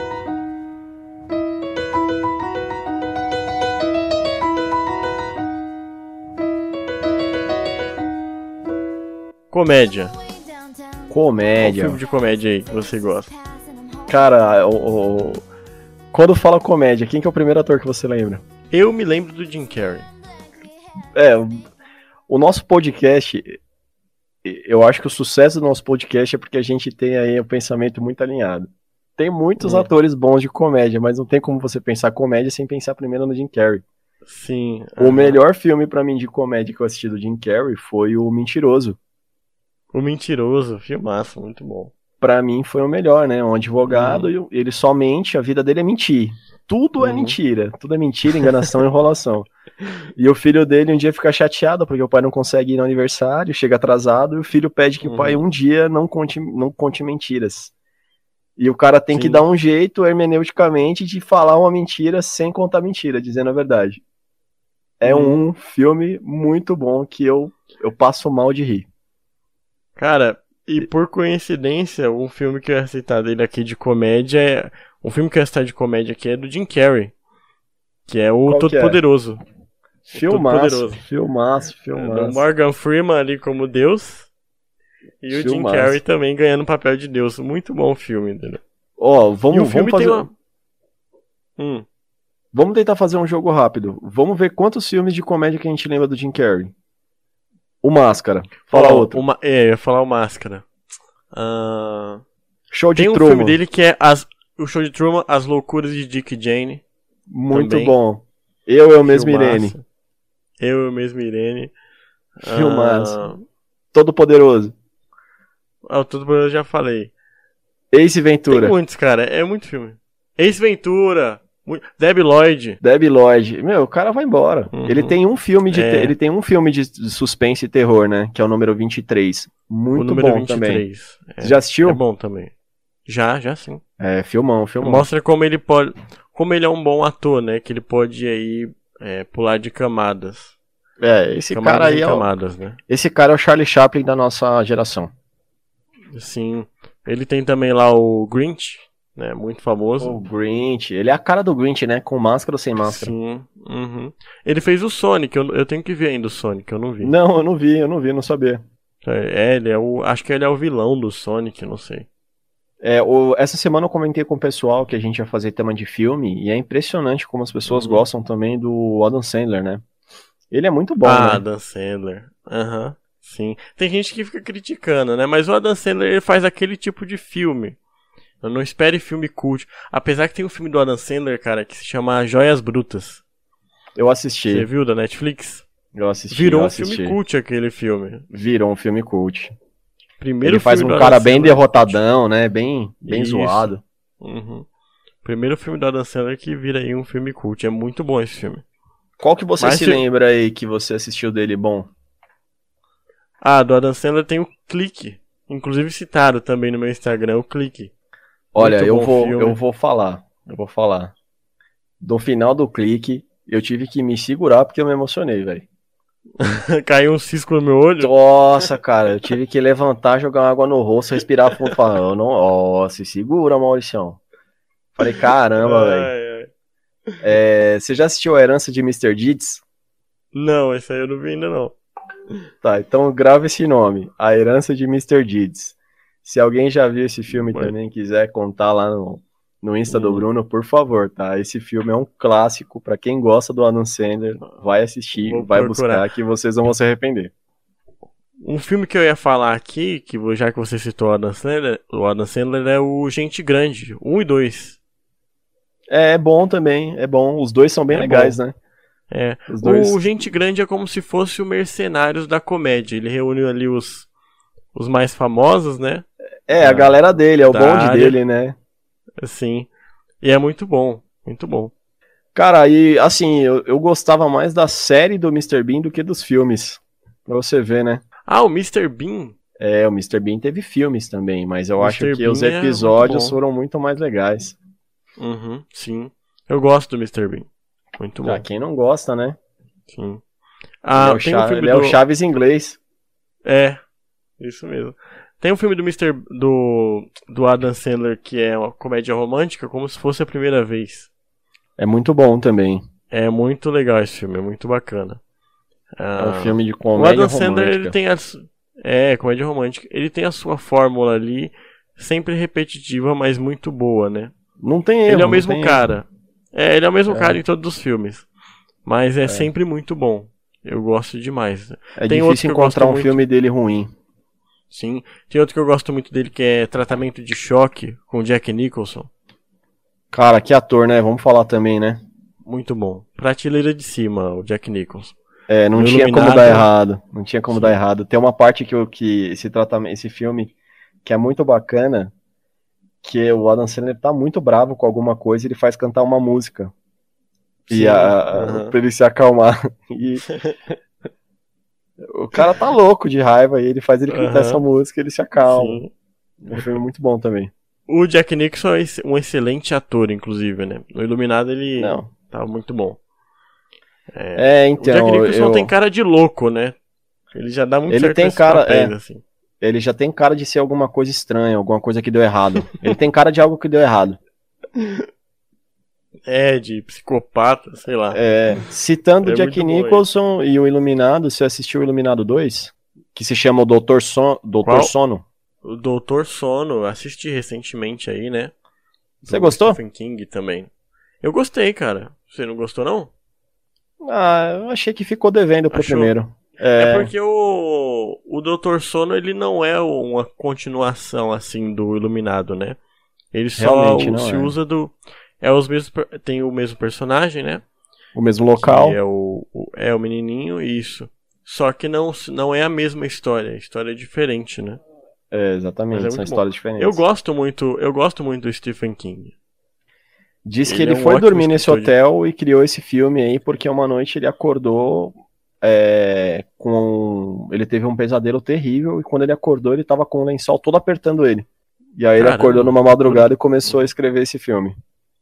Comédia. Qual Comédia. filme de comédia aí que você gosta? Cara, o, o- quando fala comédia, quem que é o primeiro ator que você lembra? Eu me lembro do Jim Carrey. É, o- o nosso podcast, eu acho que o sucesso do nosso podcast é porque a gente tem aí um pensamento muito alinhado. Tem muitos Hum. atores bons de comédia, mas não tem como você pensar comédia sem pensar primeiro no Jim Carrey. Sim. O aham. melhor filme pra mim de comédia que eu assisti do Jim Carrey foi o Mentiroso. O Mentiroso, filmaço, muito bom. Pra mim foi o melhor, né? Um advogado, ele só mente, a vida dele é mentir. Tudo é Uhum. mentira. Tudo é mentira, enganação e enrolação. E o filho dele um dia fica chateado porque o pai não consegue ir no aniversário, chega atrasado, e o filho pede que Uhum. o pai um dia não conte, não conte mentiras. E o cara tem que Sim. dar um jeito hermeneuticamente de falar uma mentira sem contar mentira, dizendo a verdade. É Uhum. um filme muito bom que eu, eu passo mal de rir. Cara, e por coincidência, um filme que eu ia citar dele aqui de comédia é. Um filme que eu ia citar de comédia aqui é do Jim Carrey. Que é o Qual que Todo é? Poderoso. Filmaço, Todo-Poderoso. filmaço, Do filmaço. Morgan Freeman ali como Deus. E o Jim Filmaço. Carrey também ganhando o papel de Deus. Muito bom o filme, entendeu? Ó, E vamos, o filme vamos tem fazer. uma. Hum. Vamos tentar fazer um jogo rápido. Vamos ver quantos filmes de comédia que a gente lembra do Jim Carrey. O Máscara. Fala Ó, outro. uma- É, eu ia falar o Máscara. Ah, Show de tem um Truman. filme dele que é as... o Show de Truman, As Loucuras de Dick e Jane. Muito também. bom. Eu, eu mesmo, Filmaço. Irene. Eu, eu mesmo, Irene. Filmaço. Todo Poderoso. Ah, o Todo Poderoso eu já falei. Ace Tem Ventura. muitos, cara. É muito filme. Ace Ventura. Mu- Debbie Lloyd. Debbie Lloyd. Meu, o cara vai embora. Uhum. Ele tem um filme de É. te- ele tem um filme de de suspense e terror, né, que é o número vinte e três. o Muito número bom vinte e também. três. É, Você já assistiu? é bom também. Já, já sim. É, filmão, filmão. Mostra como ele pode. Como ele é um bom ator, né? Que ele pode aí é, pular de camadas. É, esse camadas cara aí em é o, camadas, né? esse cara é o Charlie Chaplin da nossa geração. Sim. Ele tem também lá o Grinch, né? Muito famoso. O Grinch, ele é a cara do Grinch, né, com máscara ou sem máscara. Sim. Uhum. Ele fez o Sonic, eu, eu tenho que ver ainda o Sonic, eu não vi. Não, eu não vi, eu não vi, não sabia. É, ele é o. Acho que ele é o vilão do Sonic, não sei. É, o- essa semana eu comentei com o pessoal que a gente ia fazer tema de filme e é impressionante como as pessoas Uhum. gostam também do Adam Sandler, né? Ele é muito bom, ah, né? Adam Sandler. Aham. Sim. Tem gente que fica criticando, né? Mas o Adam Sandler ele faz aquele tipo de filme. Eu não espere filme cult. Apesar que tem um filme do Adam Sandler, cara, que se chama Joias Brutas. Eu assisti, Você viu da Netflix? eu assisti, Virou eu um assisti. filme cult aquele filme. Virou um filme cult. Primeiro Ele faz filme um do cara Adam bem Sandler derrotadão, né? Bem, bem Isso. zoado. Uhum. Primeiro filme do Adam Sandler que vira aí um filme cult. É muito bom esse filme. Qual que você Mas se se- lembra aí que você assistiu dele bom? Ah, do Adam Sandler tem o Clique. Inclusive citaram também no meu Instagram o Clique. Olha, Muito eu bom vou, filme. eu vou falar, eu vou falar. Do final do Clique, eu tive que me segurar porque eu me emocionei, velho. Caiu um cisco no meu olho. Nossa, cara, eu tive que levantar, jogar água no rosto, respirar fundo e falar, eu não, ó, se segura, Mauricião. Falei, caramba, velho. Ai, ai. É, você já assistiu A Herança de mister Deeds? Não, esse aí eu não vi ainda não. Tá, então grava esse nome, A Herança de mister Deeds. Se alguém já viu esse filme Vai. também, quiser contar lá no, no Insta do Hum. Bruno, por favor, tá? Esse filme é um clássico, pra quem gosta do Adam Sandler, vai assistir, Vou vai procurar. buscar, que vocês não vão se arrepender. Um filme que eu ia falar aqui, que vo- já que você citou o Adam Sandler, o Adam Sandler é o Gente Grande, um e dois. É, é bom também, é bom. Os dois são bem É legais, né? É. Os dois. O Gente Grande é como se fosse o Mercenários da comédia. Ele reúne ali os, os mais famosos, né? É, a galera dele, é o da bonde área. dele, né? Assim. E é muito bom, muito bom. Cara, e assim, eu, eu gostava mais da série do mister Bean do que dos filmes. Pra você ver, né? Ah, o mister Bean. É, o mister Bean teve filmes também, mas eu acho mister que os Bean é episódios muito bom. foram muito mais legais. Uhum, sim. Eu gosto do mister Bean. Muito bom. Pra quem não gosta, né? Sim. Ah, ele é, o, tem Cha- um filme ele é do... o Chaves inglês. É, isso mesmo. Tem um filme do mister do, do Adam Sandler que é uma comédia romântica, como se fosse a primeira vez. É muito bom também. É muito legal esse filme, é muito bacana. É Ah, um filme de o comédia Adam Sandler, ele romântica. tem a, su- é, comédia romântica. Ele tem a sua fórmula ali, sempre repetitiva, mas muito boa, né? Não tem erro. Ele é o não mesmo tem cara. É, ele é o mesmo É. cara em todos os filmes. Mas é, É. sempre muito bom. Eu gosto demais. erro. É Tem outro que difícil eu gosto encontrar um muito. filme dele ruim. Sim. Tem outro que eu gosto muito dele que é Tratamento de Choque com Jack Nicholson. Cara, que ator, né? Vamos falar também, né? Muito bom. Prateleira de cima, o Jack Nicholson. É, não No tinha como Iluminado, dar né? errado. Não tinha como Sim. dar errado. Tem uma parte que, eu, que esse tratamento, esse filme, que é muito bacana, que o Adam Sandler tá muito bravo com alguma coisa, ele faz cantar uma música. Sim, E a, a- aham. pra ele se acalmar. E o cara tá louco de raiva e ele faz ele cantar Aham. essa música e ele se acalma. Sim. É um filme muito bom também. O Jack Nicholson é esse- um excelente ator, inclusive, né? No Iluminado ele Não. tava muito bom. É, O Jack então, Nicholson eu- tem cara de louco, né? Ele já dá muito Ele certo tem nesses cara- papéis, é. assim. ele já tem cara de ser alguma coisa estranha, alguma coisa que deu errado. Ele tem cara de algo que deu errado. É, de psicopata, sei lá. É, citando É Jack muito bom Nicholson e o Iluminado, você assistiu o Iluminado dois? Que se chama o Doutor, Son... Doutor Qual? Sono? O Doutor Sono, eu assisti recentemente aí, né? Você Do gostou? Stephen King também. Eu gostei, cara. Você não gostou, não? Ah, eu achei que ficou devendo pro Achou? primeiro. É, É, porque o, o Doutor Sono, ele não é uma continuação, assim, do Iluminado, né? Ele só Realmente não se é. usa do... É os mesmos... per- Tem o mesmo personagem, né? o mesmo local. Que é o, o- é o menininho, isso. Só que não, não é a mesma história. A história é diferente, né? É, exatamente, Mas é são muito histórias diferentes. Eu gosto muito, eu gosto muito do Stephen King. Diz que ele ele é um foi ótimo dormir nesse escritor de- hotel e criou esse filme aí porque uma noite ele acordou é, com... Ele teve um pesadelo terrível e quando ele acordou ele tava com o lençol todo apertando ele. E aí ele Caramba. acordou numa madrugada e começou a escrever esse filme.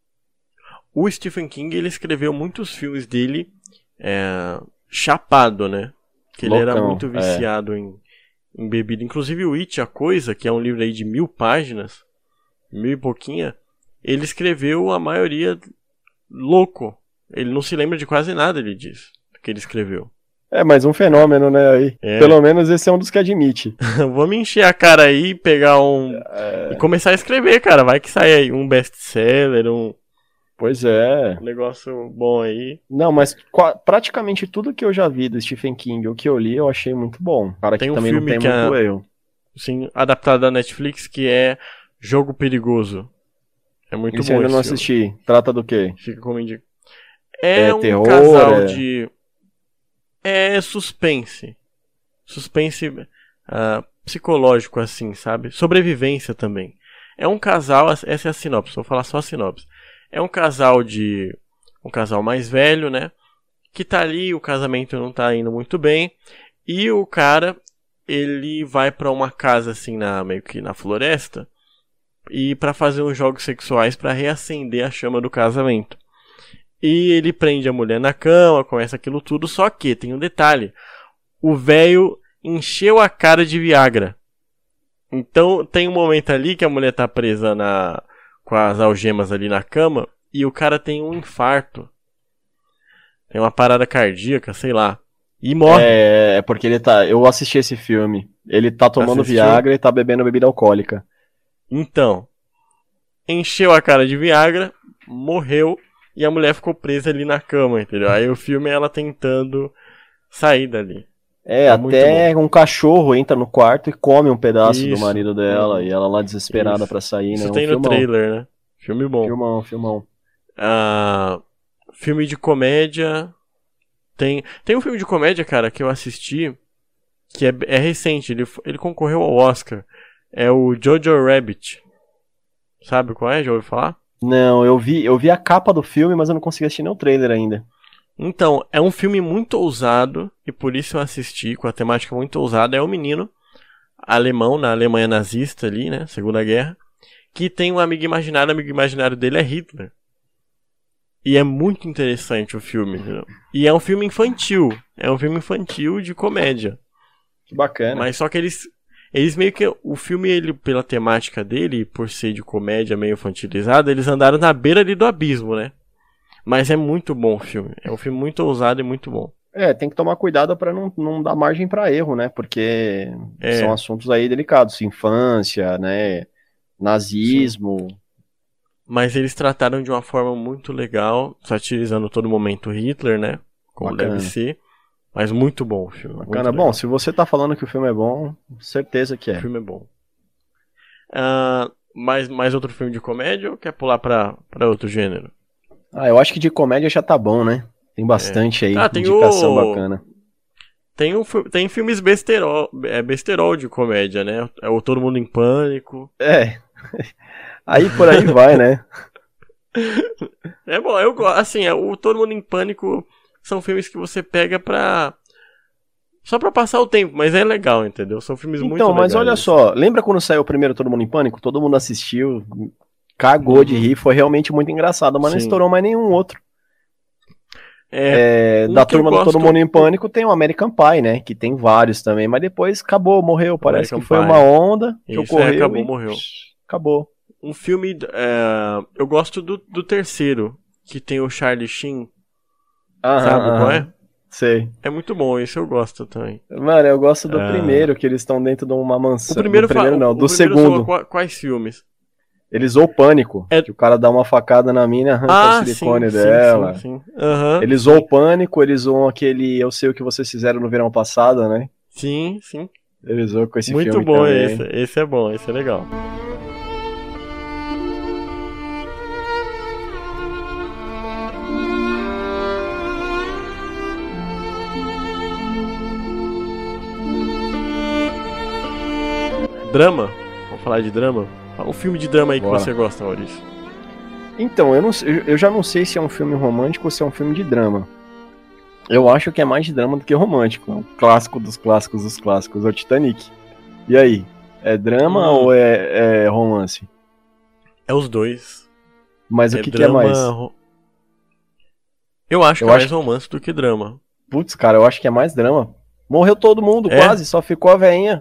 O Stephen King, ele escreveu muitos filmes dele é, chapado, né? Que ele era Loucão, muito é. viciado em, em bebida. Inclusive o It, A Coisa, que é um livro aí de mil páginas, mil e pouquinha, ele escreveu a maioria louco. Ele não se lembra de quase nada, ele diz, que ele escreveu. É, mas um fenômeno, né, aí. É. Pelo menos esse é um dos que admite. Vamos encher a cara aí, pegar um... É, E começar a escrever, cara. Vai que sai aí um best-seller, um pois é. negócio bom aí. Não, mas qua- praticamente tudo que eu já vi do Stephen King, o que eu li, eu achei muito bom. Cara, Tem que um também não filme tem que muito é- erro. Assim, adaptado da Netflix, que é Jogo Perigoso. É muito Esse bom eu ainda esse não filme. assisti. Trata do quê? Fica como indica. É, É um terror, casal é- de... É suspense. Suspense ah, psicológico, assim, sabe? Sobrevivência também. É um casal... Essa é a sinopse, vou falar só a sinopse. É um casal de... Um casal mais velho, né? Que tá ali, o casamento não tá indo muito bem. E o cara, ele vai pra uma casa, assim, na, meio que na floresta. E pra fazer uns jogos sexuais pra reacender a chama do casamento. E ele prende a mulher na cama, começa aquilo tudo, só que tem um detalhe. O velho encheu a cara de Viagra. Então tem um momento ali que a mulher tá presa na, com as algemas ali na cama e o cara tem um infarto. Tem uma parada cardíaca, sei lá. E morre. É, é porque ele tá. Eu assisti esse filme. Ele tá tomando Assistiu? Viagra e tá bebendo bebida alcoólica. Então, encheu a cara de Viagra, morreu e a mulher ficou presa ali na cama, entendeu? Aí o filme é ela tentando sair dali. É, É até um cachorro entra no quarto e come um pedaço Isso. do marido dela, Uhum. e ela lá desesperada Isso. pra sair, Isso né? Um tem no filmão. trailer, né? Filme bom. Filmão, filmão. Ah, filme de comédia. Tem, tem um filme de comédia, cara, que eu assisti, que é, é recente, ele, ele concorreu ao Oscar. É o Jojo Rabbit. Sabe qual é? Já ouviu falar? Não, eu vi, eu vi a capa do filme, mas eu não consegui assistir nem o trailer ainda. Então, é um filme muito ousado, e por isso eu assisti, com a temática muito ousada. É um menino alemão, na Alemanha nazista ali, né, Segunda Guerra, que tem um amigo imaginário, o amigo imaginário dele é Hitler. E é muito interessante o filme, entendeu? E é um filme infantil, é um filme infantil de comédia. Que bacana. Mas só que eles, eles meio que, o filme, ele, pela temática dele, por ser de comédia meio infantilizada, eles andaram na beira ali do abismo, né? Mas é muito bom o filme. É um filme muito ousado e muito bom. É, tem que tomar cuidado pra não, não dar margem pra erro, né? Porque É. são assuntos aí delicados. Infância, né? Nazismo. Mas eles trataram de uma forma muito legal, satirizando todo momento Hitler, né? Como Bacana. deve ser. Mas muito bom o filme. Bacana. muito Bom, legal. se você tá falando que o filme é bom, certeza que O é. filme é bom. Ah, mais, mais outro filme de comédia ou quer pular pra, pra outro gênero? Ah, eu acho que de comédia já tá bom, né? Tem bastante aí, Ah, tem indicação o- bacana. Tem, um, fi- tem filmes besterol, é, besterol de comédia, né? É o Todo Mundo em Pânico. É. Aí por aí vai, né? É bom, eu gosto. Assim, é, o Todo Mundo em Pânico são filmes que você pega pra. Só pra passar o tempo, mas é legal, entendeu? São filmes muito Então, legais. mas olha só, lembra quando saiu o primeiro Todo Mundo em Pânico? Todo mundo assistiu, cagou de rir, foi realmente muito engraçado, mas não Sim. estourou mais nenhum outro. É, É, um da que eu turma do Todo gosto- Mundo em Pânico tem o American Pie, né? Que tem vários também, mas depois acabou, morreu. Parece American que foi Pie. uma onda que Isso, ocorreu é, acabou, e morreu. acabou. um filme. É, eu gosto do, do terceiro, que tem o Charlie Sheen. Aham, Sabe qual aham, é? Sei. É muito bom, esse eu gosto também. Mano, eu gosto do É. primeiro, que eles estão dentro de uma mansão. O primeiro, do primeiro fa- não, o do primeiro segundo. são qua- quais filmes? Eles ou Pânico, É- que o cara dá uma facada na mina e arranca Ah, o silicone sim, dela. sim, sim, sim. Aham. Eles ou Pânico, eles ou aquele Eu Sei O Que Vocês Fizeram no Verão Passado, né? Sim, sim. Eles ou com esse Muito filme bom também. esse. Esse é bom, esse é legal. Drama? Vamos falar de drama? Fala um filme de drama aí que Bora. você gosta, Maurício. Então, eu, não, sei- eu já não sei se é um filme romântico ou se é um filme de drama. Eu acho que é mais de drama do que romântico. É um clássico dos clássicos dos clássicos, é o Titanic. E aí? É drama Hum. ou é, é romance? É os dois. Mas o é que, que é drama, mais? ro- Eu acho Eu que é acho mais romance do que drama. Putz, cara, eu acho que é mais drama. Morreu todo mundo, É? quase, só ficou a veinha.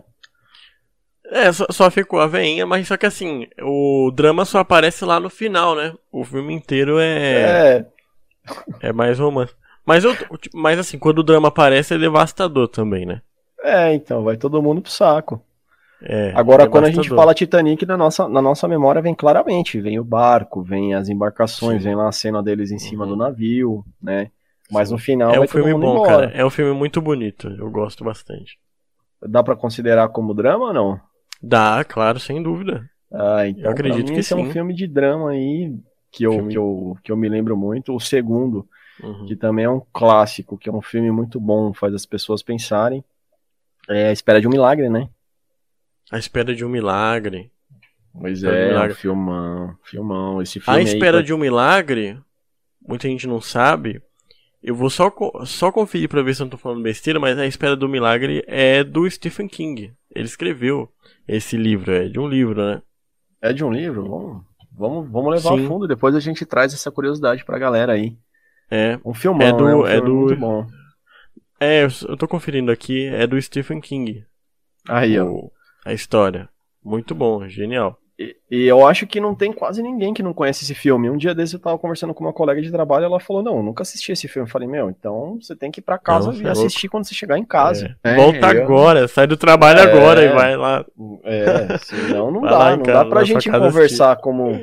É, só, só ficou a veinha, mas só que assim, o drama só aparece lá no final, né? O filme inteiro é, É, é mais romance. Mas, eu, mas assim, quando o drama aparece é devastador também, né? é, então, vai todo mundo pro saco. É, Agora, quando a gente devastador. fala Titanic, na nossa, na nossa memória vem claramente, vem o barco, vem as embarcações, Sim. vem lá a cena deles em cima Uhum. do navio, né? Mas Sim. no final É vai um filme todo mundo bom, embora. cara. É um filme muito bonito. Eu gosto bastante. Dá pra considerar como drama ou não? Dá, claro, sem dúvida. Ah, então Eu acredito pra mim que esse é um sim. filme de drama aí que eu, Filme- que eu, que eu me lembro muito. O segundo, Uhum. que também é um clássico, que é um filme muito bom, faz as pessoas pensarem. É A Espera de um Milagre, né? A Espera de um Milagre. Pois Espera de um é, um Milagre. filmão, filmão. Esse filme A aí, Espera pra- de um Milagre, muita gente não sabe. Eu vou só, co- só conferir pra ver se eu não tô falando besteira, mas A Espera do Milagre é do Stephen King. Ele escreveu esse livro, é de um livro, né? É de um livro? Vamos, vamos, vamos levar Sim. a fundo, depois a gente traz essa curiosidade pra galera aí. É, Um filmão, É do- né? Um é filme do- muito bom. é eu, eu tô conferindo aqui, é do Stephen King. Aí, ó. o- a história. Muito bom, genial. E, e eu acho que não tem quase ninguém que não conhece esse filme. Um dia desse eu tava conversando com uma colega de trabalho e ela falou, não, eu nunca assisti esse filme. Eu falei, meu, então você tem que ir pra casa Não, e você é assistir quando você chegar em casa. É. É, Volta eu- agora, sai do trabalho É. agora e vai lá. É, senão não Vai dá, lá em não casa, dá pra na sua gente casa conversar como,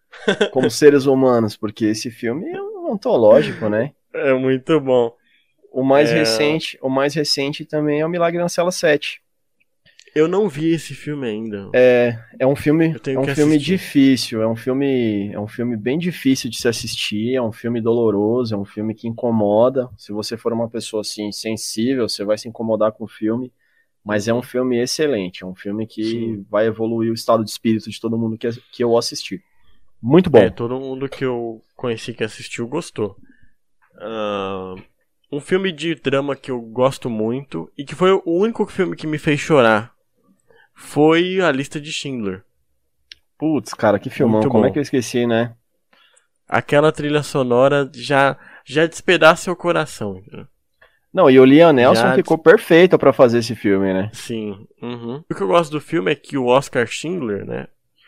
como seres humanos, porque esse filme é um antológico, né? É muito bom. O mais É... recente, o mais recente também é o Milagre na Cela sete. Eu não vi esse filme ainda. É, é um filme, Eu tenho é um que filme assistir. difícil, é um filme, é um filme bem difícil de se assistir, é um filme doloroso, é um filme que incomoda. Se você for uma pessoa assim sensível, você vai se incomodar com o filme, mas é um filme excelente, é um filme que Sim. vai evoluir o estado de espírito de todo mundo que, que eu assisti. Muito bom. É, todo mundo que eu conheci que assistiu gostou. Uh, um filme de drama que eu gosto muito e que foi o único filme que me fez chorar foi A Lista de Schindler. Putz, cara, que filmão, Muito como bom. é que eu esqueci, né? Aquela trilha sonora já, já despedaça seu coração. Entendeu? Não, e o Liam Neeson Já ficou perfeito pra fazer esse filme, né? Sim. Uhum. O que eu gosto do filme é que o Oscar Schindler, né?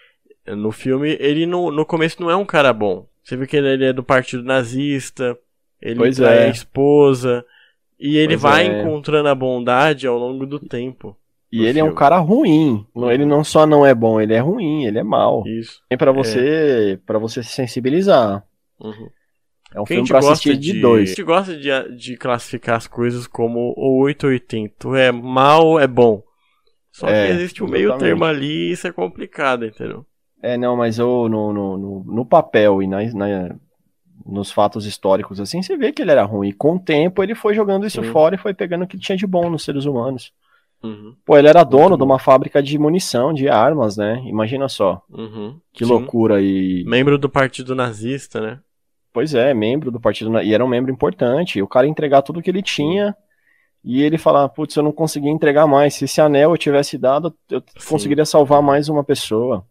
No filme, ele no, no começo não é um cara bom. Você vê que ele, ele é do partido nazista, ele Pois trai é. a esposa, e ele Pois vai é. encontrando a bondade ao longo do tempo. E do ele é um filme. cara ruim. Uhum. Ele não só não é bom, ele é ruim, ele é mau. Isso. É pra você, para você se sensibilizar. Uhum. É um Quem filme a gente pra gosta assistir de, de, dois. A gente gosta de, de classificar as coisas como o oito ou oitenta. É mal, é bom. Só É, que existe um meio exatamente. termo ali e isso é complicado, entendeu? É, não, mas eu, no, no, no, no papel e na, na- nos fatos históricos, assim, você vê que ele era ruim. E com o tempo ele foi jogando isso Sim. fora e foi pegando o que tinha de bom nos seres humanos. Uhum. Pô, ele era dono Muito de bom. uma fábrica de munição, de armas, né? Imagina só. Uhum. Que Sim. loucura. E, Membro do partido nazista, né? pois é, membro do partido, na- e era um membro importante. E o cara entregar tudo que ele tinha e ele falar, putz, eu não consegui entregar mais. Se esse anel eu tivesse dado, eu Sim. conseguiria salvar mais uma pessoa.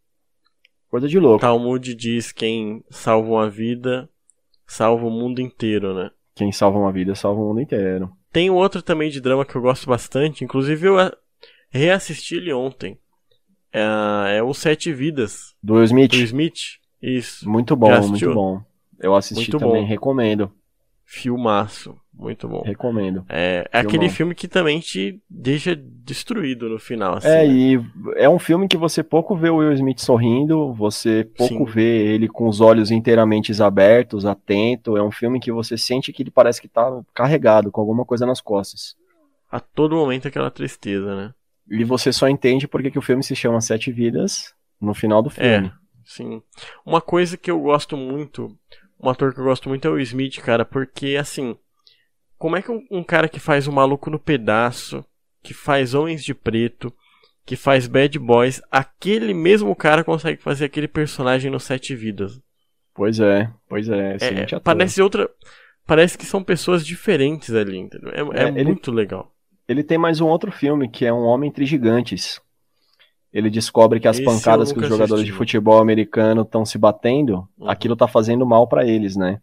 Coisa de louco. Talmud diz quem salva uma vida, salva o mundo inteiro, né? Quem salva uma vida, salva o mundo inteiro. Tem outro também de drama que eu gosto bastante, inclusive eu a- reassisti ele ontem. É, é o Sete Vidas, Do Will Smith. do Smith. Isso. Muito Já bom, assistiu? muito bom. Eu assisti Muito também, bom. recomendo. Filmaço. Muito bom. Recomendo. É, é Filmão. aquele filme que também te deixa destruído no final, assim. É, né? e é um filme que você pouco vê o Will Smith sorrindo, você pouco Sim. vê ele com os olhos inteiramente abertos, atento. É um filme que você sente que ele parece que tá carregado com alguma coisa nas costas. A todo momento aquela tristeza, né? E você só entende porque que o filme se chama Sete Vidas no final do filme. É, sim. Uma coisa que eu gosto muito, um ator que eu gosto muito é o Smith, cara, porque assim, como é que um, um cara que faz o Maluco no Pedaço, que faz Homens de Preto, que faz Bad Boys, aquele mesmo cara consegue fazer aquele personagem no Sete Vidas? Pois é, pois é. É, excelente ator. parece outra, parece que são pessoas diferentes ali, entendeu? É, é É, ele- muito legal. Ele tem mais um outro filme que é Um Homem Entre Gigantes. Ele descobre que as Esse eu pancadas que nunca os jogadores assisti. de futebol americano estão se batendo, Uhum. aquilo tá fazendo mal pra eles, né?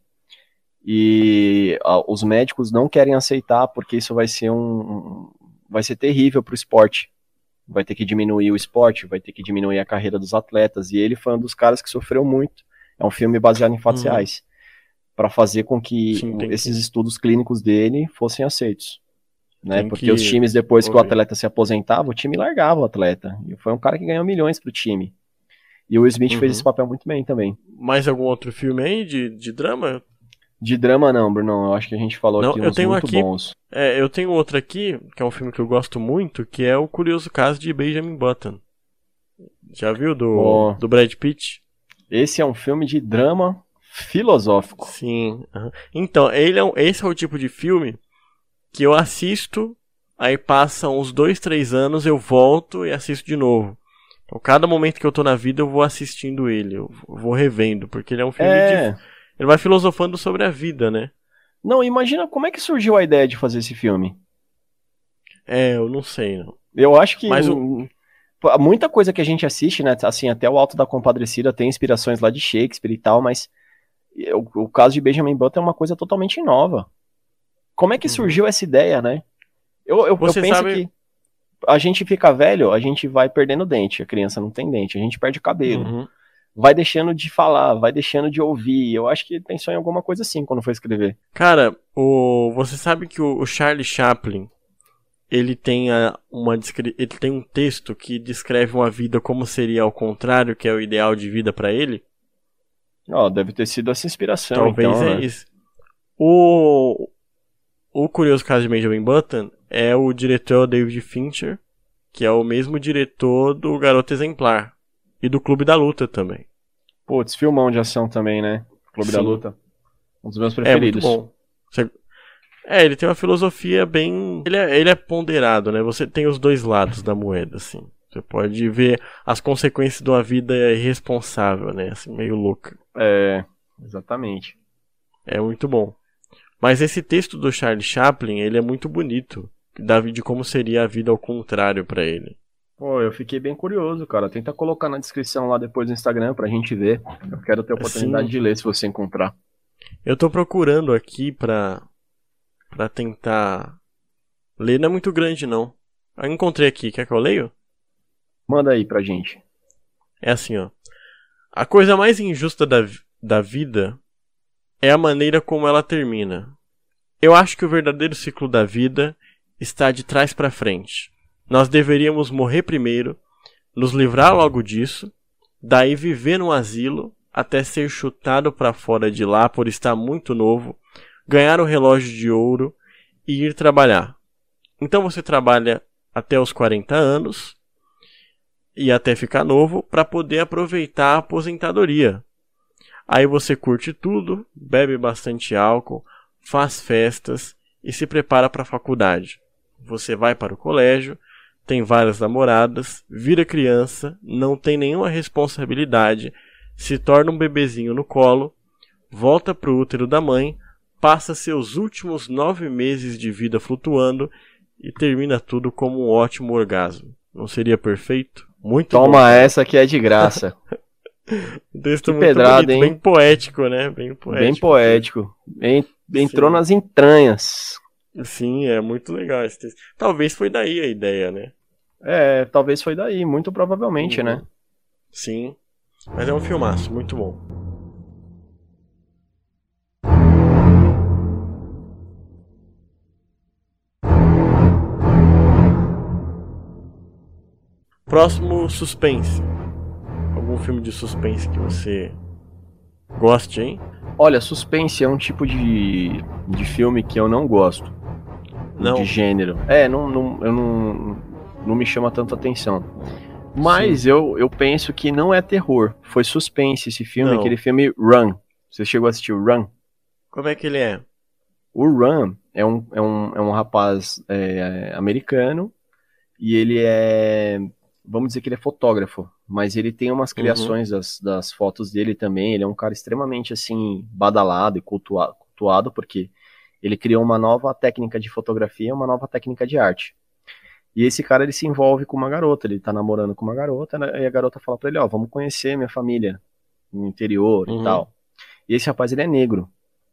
E ah, os médicos não querem aceitar porque isso vai ser um, um- vai ser terrível pro esporte. Vai ter que diminuir o esporte, vai ter que diminuir a carreira dos atletas. E ele foi um dos caras que sofreu muito. É um filme baseado em fatos Uhum. reais, para fazer com que Sim, tem esses que- estudos clínicos dele fossem aceitos. Né? Tem Porque que os times, depois que o ouvir. atleta se aposentava, o time largava o atleta. E foi um cara que ganhou milhões pro time. E o Will Smith Uhum. fez esse papel muito bem também. Mais algum outro filme aí de, de drama? De drama não, Bruno. Eu acho que a gente falou Não, aqui eu uns tenho muito aqui- bons. É, eu tenho outro aqui, que é um filme que eu gosto muito, que é O Curioso Caso de Benjamin Button. Já viu? Do, Ó. do Brad Pitt? Esse é um filme de drama filosófico. Sim. aham. Então, ele é um- esse é o tipo de filme que eu assisto, aí passa uns dois, três anos, eu volto e assisto de novo. Então, cada momento que eu tô na vida, eu vou assistindo ele, eu vou revendo, porque ele é um filme É. de... Ele vai filosofando sobre a vida, né? Não, imagina como é que surgiu a ideia de fazer esse filme. É, eu não sei, não. Eu acho que Mas o- hum, pô, muita coisa que a gente assiste, né? Assim, até o Alto da Compadecida tem inspirações lá de Shakespeare e tal, mas o, o caso de Benjamin Button é uma coisa totalmente nova. Como é que Uhum. surgiu essa ideia, né? Eu, eu, eu Você penso sabe- que a gente fica velho, a gente vai perdendo dente. A criança não tem dente, a gente perde o cabelo. Uhum. Vai deixando de falar, vai deixando de ouvir. Eu acho que ele pensou em alguma coisa assim quando foi escrever. Cara, o... você sabe que o, o Charlie Chaplin, ele tem, a, uma, descri- ele tem um texto que descreve uma vida como seria ao contrário, que é o ideal de vida pra ele? Ó, deve ter sido essa inspiração, Talvez então, é né? isso. O, o curioso caso de Benjamin Button é o diretor David Fincher, que é o mesmo diretor do Garota Exemplar e do Clube da Luta também. Putz, filmão de ação também, né? Clube Sim. da Luta. Um dos meus É muito preferidos. bom. Você- É, ele tem uma filosofia bem... Ele é, ele é ponderado, né? Você tem os dois lados da moeda, assim. Você pode ver as consequências de uma vida irresponsável, né? Assim, meio louca. É, exatamente. É muito bom. Mas esse texto do Charlie Chaplin, ele é muito bonito. Da, de como seria a vida ao contrário pra ele. Pô, eu fiquei bem curioso, cara. Tenta colocar na descrição lá depois no Instagram pra gente ver. Eu quero ter a oportunidade Sim. de ler se você encontrar. Eu tô procurando aqui pra, pra tentar ler. Não é muito grande, não. Eu encontrei aqui. Quer que eu leio? Manda aí pra gente. É assim, ó. A coisa mais injusta da, vi- da vida é a maneira como ela termina. Eu acho que o verdadeiro ciclo da vida está de trás pra frente. Nós deveríamos morrer primeiro, nos livrar logo disso, daí viver num asilo até ser chutado pra fora de lá por estar muito novo, ganhar um relógio de ouro e ir trabalhar. Então você trabalha até os quarenta anos e até ficar novo para poder aproveitar a aposentadoria. Aí você curte tudo, bebe bastante álcool, faz festas e se prepara para a faculdade. Você vai para o colégio, tem várias namoradas, vira criança, não tem nenhuma responsabilidade, se torna um bebezinho no colo, volta pro útero da mãe, passa seus últimos nove meses de vida flutuando e termina tudo como um ótimo orgasmo. Não seria perfeito? Muito Toma bom. essa que é de graça. Um texto Que muito pedrada, bonito, hein? bem poético, né? Bem poético. Bem poético. En- Entrou Sim. nas entranhas. Sim, é muito legal esse texto. Talvez foi daí a ideia, né? É, talvez foi daí, muito provavelmente, Uhum. né? Sim. Mas é um filmaço, muito bom. Próximo, suspense. Algum filme de suspense que você goste, hein? Olha, suspense é um tipo de, de filme que eu não gosto. Não. De gênero. É, não, não, eu não, não me chama tanto atenção. Mas eu, eu penso que não é terror. Foi suspense esse filme, Não. aquele filme Run. Você chegou a assistir o Run? Como é que ele é? O Run é um, é um, é um rapaz é, americano e ele é, vamos dizer que ele é fotógrafo, mas ele tem umas criações das, das fotos dele também. Ele é um cara extremamente assim badalado e cultuado, cultuado porque ele criou uma nova técnica de fotografia, uma nova técnica de arte. E esse cara, ele se envolve com uma garota, ele tá namorando com uma garota, né, e a garota fala pra ele, ó, vamos conhecer minha família no interior Uhum. e tal. E esse rapaz, ele é negro.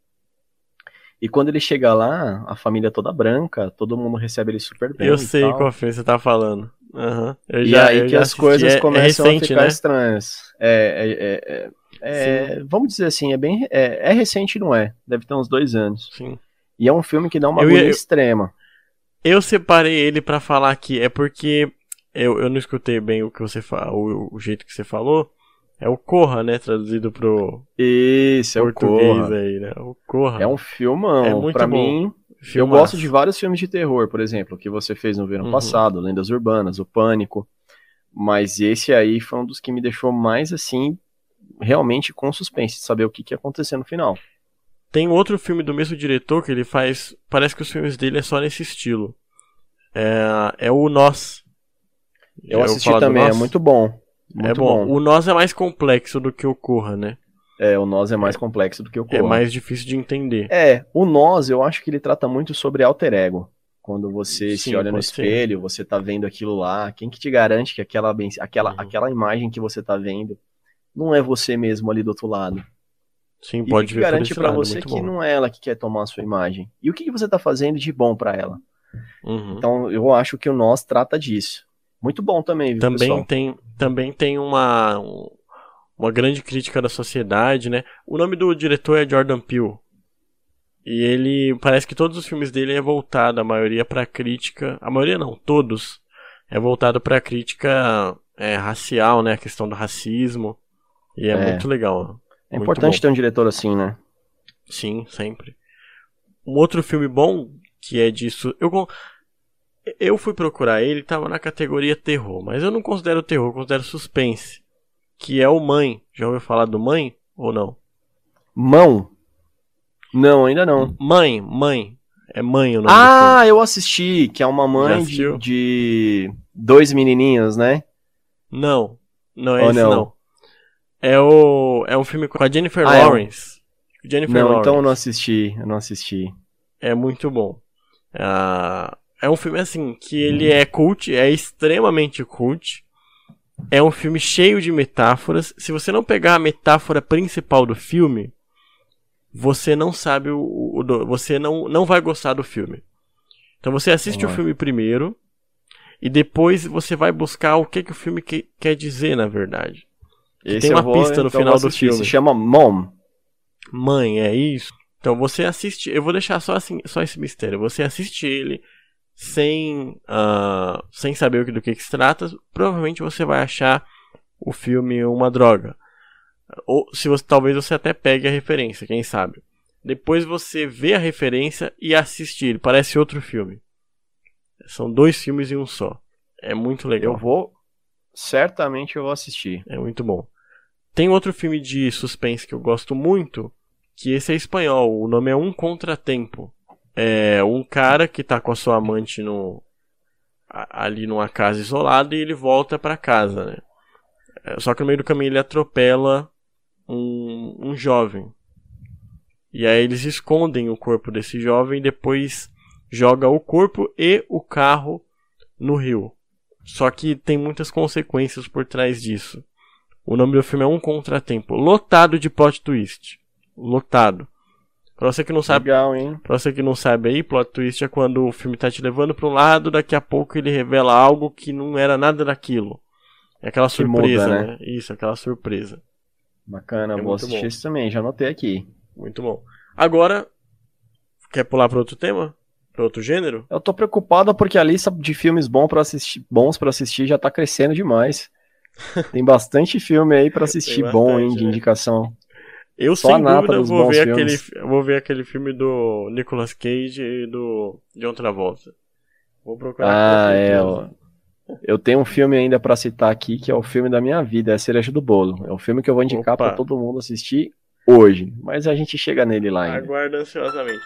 E quando ele chega lá, a família é toda branca, todo mundo recebe ele super bem Eu e sei tal. qual filme você tá falando. Aham. Eu E já- aí eu que já as assisti. coisas É- começam é recente, a ficar né? estranhas. É, é, é, é, é, vamos dizer assim, é bem é, é recente, não é? Deve ter uns dois anos. Sim. E é um filme que dá uma Eu ia- agonia eu- extrema. Eu separei ele pra falar aqui, é porque eu, eu não escutei bem o que você fa- o, o jeito que você falou. É o Corra, né? Traduzido pro Esse é o português Corra. aí, né? O Corra. É um filmão. É muito pra bom. mim, eu Filmaço. gosto de vários filmes de terror, por exemplo, que você fez no verão Uhum. passado, Lendas Urbanas, O Pânico. Mas esse aí foi um dos que me deixou mais assim, realmente com suspense, de saber o que, que ia acontecer no final. Tem outro filme do mesmo diretor que ele faz. Parece que os filmes dele é só nesse estilo. É, é o Nós. Eu Já ouviu assisti falar do também, é Nós? muito bom. É Muito bom. bom. O Nós é mais complexo do que o Corra, né? É, o Nós é mais complexo do que o Corra. É mais difícil de entender. É, o Nós, eu acho que ele trata muito sobre alter ego. Quando você Sim, se olha no pode ser. espelho, você tá vendo aquilo lá, quem que te garante que aquela, ben- aquela, Uhum. aquela imagem que você tá vendo não é você mesmo ali do outro lado? Sim, E pode o que ver por garante esse pra lado, você muito que bom. não é ela que quer tomar a sua imagem? E o que, que você tá fazendo de bom pra ela? Uhum. Então, eu acho que o Nós trata disso. Muito bom também, viu, Também pessoal? tem, também tem uma, um- uma grande crítica da sociedade, né? O nome do diretor é Jordan Peele. E ele, parece que todos os filmes dele é voltado, a maioria pra crítica, a maioria não, todos, é voltado pra crítica é, racial, né? A questão do racismo. E é, É. muito legal. É Muito importante bom. ter um diretor assim, né? Sim, sempre. Um outro filme bom que é disso. Eu, con- eu fui procurar ele, tava na categoria terror, mas eu não considero terror, eu considero suspense. Que é o Mãe. Já ouviu falar do Mãe ou não? Mão? Não, ainda não. Mãe, Mãe. É Mãe o nome Ah, eu assisti, que é uma Já mãe de, assistiu? de dois menininhos, né? do filme. Não, não é Ou esse não? não. É o é um filme com a Jennifer Ah, é um- Lawrence. Jennifer Não, Lawrence. então eu não assisti, eu não assisti. É muito bom. Ah, é um filme assim que ele é cult, é extremamente cult. É um filme cheio de metáforas. Se você não pegar a metáfora principal do filme, você não sabe o, o- o- você não, não vai gostar do filme. Então você assiste Vamos o lá. filme primeiro e depois você vai buscar o que, que o filme que- quer dizer na verdade. Que tem eu uma vou, pista no então final vou do assistir. filme. Se chama Mom. Mãe, é isso. Então você assiste. Eu vou deixar só assim, só esse mistério. Você assiste ele sem, ah, sem saber o que- do que, que se trata. Provavelmente você vai achar o filme uma droga. Ou se você, talvez você até pegue a referência, quem sabe. Depois você vê a referência e assiste ele. Parece outro filme. São dois filmes em um só. É muito legal. Eu vou, certamente eu vou assistir. É muito bom. Tem outro filme de suspense que eu gosto muito, que esse é espanhol. O nome é Um Contratempo. É um cara que tá com a sua amante no, a- ali numa casa isolada e ele volta pra casa, né? É, Só que no meio do caminho ele atropela um, um jovem. E aí eles escondem o corpo desse jovem e depois joga o corpo e o carro no rio. Só que tem muitas consequências por trás disso. O nome do filme é Um Contratempo, lotado de plot twist. Lotado. Pra você que não sabe, Legal, hein? pra você que não sabe aí, plot twist é quando o filme tá te levando pra um lado, daqui a pouco ele revela algo que não era nada daquilo. É aquela Que muda, surpresa, né? né? Isso, aquela surpresa. Bacana, É vou muito assistir bom. isso também, já anotei aqui. Muito bom. Agora, quer pular pra outro tema? Pra outro gênero? Eu tô preocupado porque a lista de filmes bom pra assistir, bons pra assistir já tá crescendo demais. Tem bastante filme aí pra assistir Tem bom, hein, bastante, de né? indicação. Eu, Só a sem nata dúvida, dos vou bons ver, aquele, filmes. eu vou ver aquele filme do Nicolas Cage e do John Travolta. Vou procurar Ah, com é. certeza. ó. Eu tenho um filme ainda pra citar aqui que é o filme da minha vida, é a Cereja do Bolo. É o filme que eu vou indicar Opa. pra todo mundo assistir hoje, mas a gente chega nele lá ainda. Aguardo ansiosamente.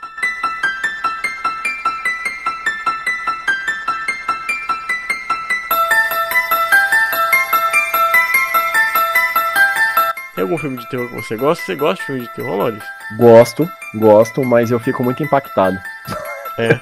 Tem algum filme de terror que você gosta? Você gosta de filme de terror, Maurício? Gosto, gosto, mas eu fico muito impactado. É.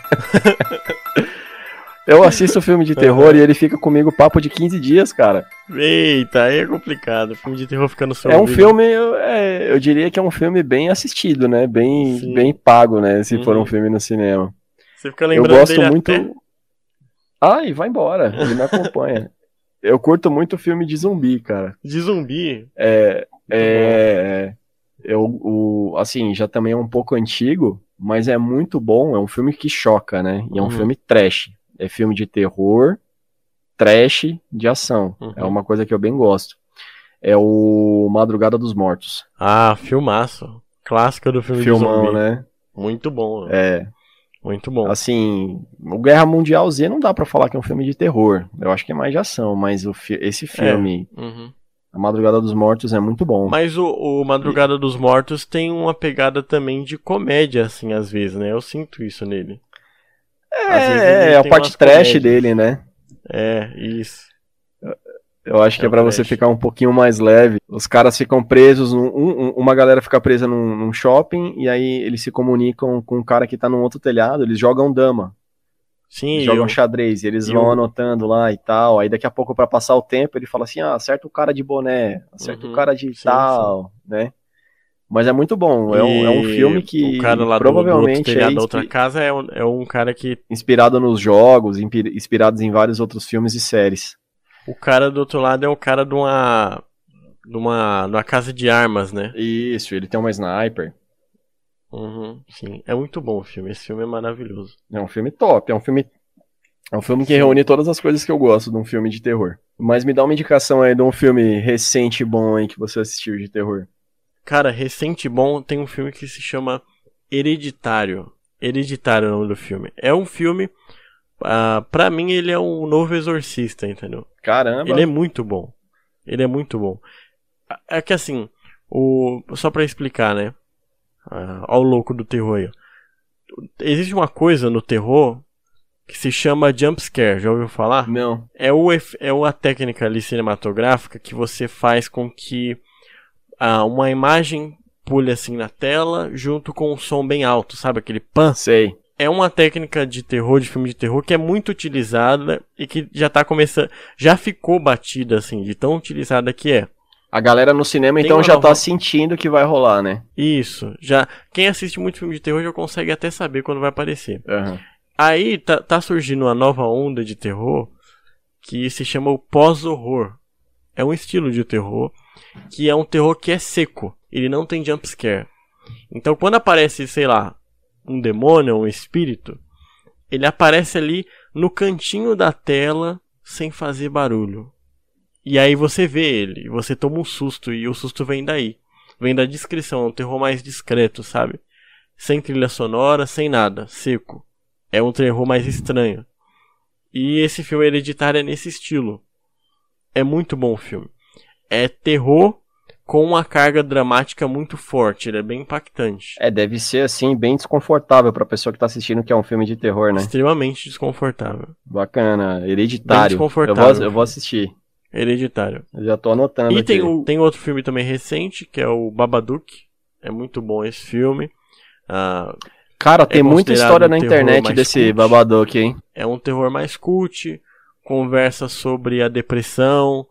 Eu assisto filme de terror e ele fica comigo papo de quinze dias, cara. Eita, aí é complicado. Filme de terror fica no seu É um ouvido. filme, eu, é, eu diria que é um filme bem assistido, né? Bem, Sim. bem pago, né? Se for Uhum. um filme no cinema. Você fica Eu lembrando gosto dele muito. até... Ai, vai embora, ele me acompanha. Eu curto muito filme de zumbi, cara. de zumbi. É, é, eu, o, assim, já também é um pouco antigo, mas é muito bom. É um filme que choca, né? E é um Uhum. filme trash. É filme de terror, trash, de ação. Uhum. É uma coisa que eu bem gosto. É o Madrugada dos Mortos. Ah, filmaço. Clássico do filme de Filmão, zumbi. né? Muito bom. É, Muito bom. assim, o Guerra Mundial Z não dá pra falar que é um filme de terror. Eu acho que é mais de ação, mas o fi- esse filme, Uhum. A Madrugada dos Mortos, é muito bom. Mas o, o Madrugada dos Mortos tem uma pegada também de comédia, assim, às vezes, né? Eu sinto isso nele. Às vezes ele É, é a tem parte umas trash comédias. dele, né? É, isso. Eu acho que É é o pra você trash. ficar um pouquinho mais leve. Os caras ficam presos, num- um- um- uma galera fica presa num, num shopping, e aí eles se comunicam com um cara que tá num outro telhado, eles jogam dama, Sim, eles jogam eu- xadrez, e eles e vão o- anotando lá e tal. Aí daqui a pouco, pra passar o tempo, ele fala assim: ah, acerta o cara de boné, acerta Uhum, o cara de sim, tal, né? Mas é muito bom, é um, é um E filme que o cara lá do- do, provavelmente outro telhado é da outra inspi- casa é um, é um cara que... inspirado nos jogos, impi- inspirados em vários outros filmes e séries. O cara do outro lado é o cara de uma... De uma, de uma casa de armas, né? Isso, ele tem uma sniper. Uhum, sim. É muito bom o filme. Esse filme é maravilhoso. É um filme top, é um filme é um filme que Sim. reúne todas as coisas que eu gosto de um filme de terror. Mas me dá uma indicação aí de um filme recente bom aí que você assistiu de terror. Cara, recente e bom, tem um filme que se chama Hereditário. Hereditário é o nome do filme. É um filme, uh, pra mim ele é um novo Exorcista, entendeu? Caramba! Ele é muito bom. Ele é muito bom. É que assim, o... só pra explicar, né? Uh, ao louco do terror aí. Existe uma coisa no terror que se chama jump scare, já ouviu falar? Não. É, o, é a técnica ali cinematográfica que você faz com que ah, uma imagem pule assim na tela junto com um som bem alto, sabe? Aquele pan. Sei. É uma técnica de terror, de filme de terror, que é muito utilizada e que já tá começando, já ficou batida assim, de tão utilizada que é. A galera no cinema Tem então já nova... tá sentindo que vai rolar, né? Isso. Já, quem assiste muito filme de terror já consegue até saber quando vai aparecer. Uhum. Aí tá, tá surgindo uma nova onda de terror que se chama o pós-horror. É um estilo de terror que é um terror que é seco. Ele não tem jumpscare. Então quando aparece, sei lá, um demônio, um espírito, ele aparece ali no cantinho da tela sem fazer barulho. E aí você vê ele, você toma um susto e o susto vem daí. Vem da descrição, é um terror mais discreto, sabe? Sem trilha sonora, sem nada, seco. É um terror mais estranho. E esse filme Hereditário é nesse estilo. É muito bom o filme. É terror com uma carga dramática muito forte. Ele é bem impactante. É, deve ser assim, bem desconfortável pra pessoa que tá assistindo que é um filme de terror, né? Extremamente desconfortável. Bacana. Hereditário. Bem desconfortável. Eu vou, eu vou assistir. Hereditário. Eu já tô anotando E aqui. tem, o, tem outro filme também recente, que é o Babadook. É muito bom esse filme. Ah... Cara, tem é muita história na um internet desse cult. Babadook, hein? É um terror mais cult, conversa sobre a depressão.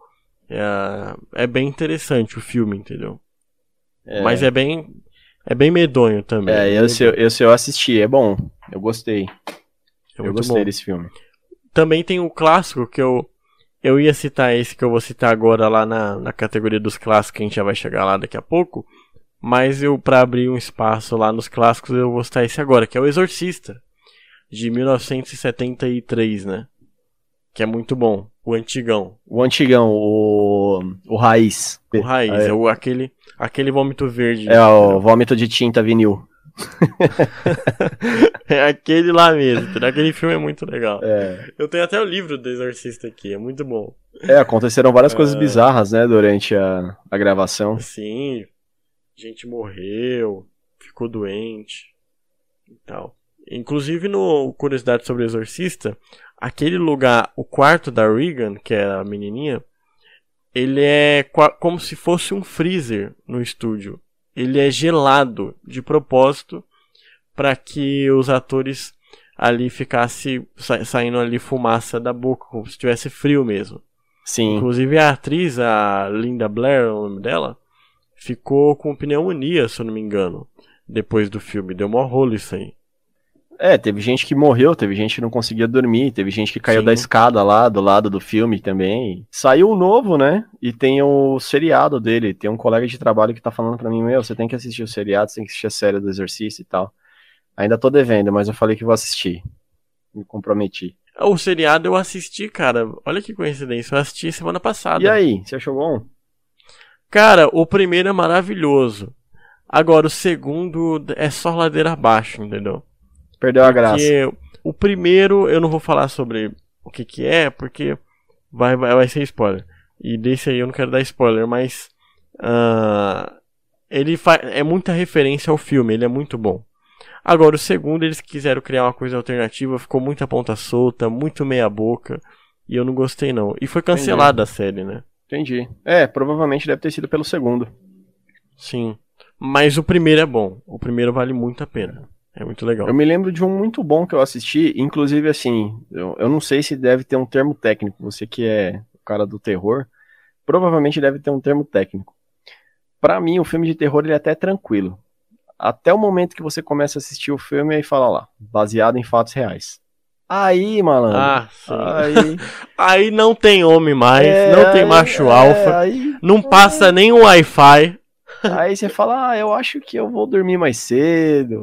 É, é bem interessante o filme, entendeu? É. Mas é bem é bem medonho também. É, é esse, eu, esse eu assisti, é bom. Eu gostei. É eu gostei bom. desse filme. Também tem o clássico que eu eu ia citar esse que eu vou citar agora lá na, na categoria dos clássicos, que a gente já vai chegar lá daqui a pouco. Mas eu, pra abrir um espaço lá nos clássicos, eu vou citar esse agora, que é o Exorcista, de mil novecentos e setenta e três, né? Que é muito bom, o antigão. O antigão, o, o raiz. O raiz, é, é o, aquele, aquele vômito verde. É o vômito de tinta vinil. É aquele lá mesmo, aquele filme é muito legal. É. Eu tenho até o livro do Exorcista aqui, é muito bom. É, aconteceram várias é... coisas bizarras, né, durante a, a gravação. Sim. Gente morreu, ficou doente e tal. Inclusive no Curiosidade sobre o Exorcista, aquele lugar, o quarto da Regan, que é a menininha, ele é como se fosse um freezer no estúdio. Ele é gelado de propósito para que os atores ali ficassem sa- saindo ali fumaça da boca, como se tivesse frio mesmo. Sim. Inclusive a atriz, a Linda Blair, é o nome dela, ficou com pneumonia, se eu não me engano, depois do filme. Deu mó rolo isso aí. É, teve gente que morreu, teve gente que não conseguia dormir, teve gente que caiu Sim. da escada lá, do lado do filme também. Saiu o novo, né? E tem o seriado dele. Tem um colega de trabalho que tá falando pra mim, meu, você tem que assistir o seriado, você tem que assistir a série do Exorcista e tal. Ainda tô devendo, mas eu falei que vou assistir. Me comprometi. O seriado eu assisti, cara. Olha que coincidência, eu assisti semana passada. E aí, você achou bom? Cara, o primeiro é maravilhoso. Agora, o segundo é só ladeira abaixo, entendeu? Perdeu a graça. Porque o primeiro, eu não vou falar sobre o que que é, porque vai, vai, vai ser spoiler. E desse aí eu não quero dar spoiler, mas... Uh, ele fa- é muita referência ao filme, ele é muito bom. Agora, o segundo, eles quiseram criar uma coisa alternativa, ficou muita ponta solta, muito meia boca, e eu não gostei não. E foi cancelada a série, né? Entendi. É, provavelmente deve ter sido pelo segundo. Sim. Mas o primeiro é bom. O primeiro vale muito a pena. É muito legal. Eu me lembro de um muito bom que eu assisti, inclusive assim, eu, eu não sei se deve ter um termo técnico, você que é o cara do terror, provavelmente deve ter um termo técnico. Pra mim, o filme de terror ele é até tranquilo. Até o momento que você começa a assistir o filme e fala lá, baseado em fatos reais. Aí, malandro. Ah, sim. Aí, aí não tem homem mais, é, não tem aí, macho é, alfa, aí, não passa nem um Wi-Fi. Aí você fala, ah, eu acho que eu vou dormir mais cedo.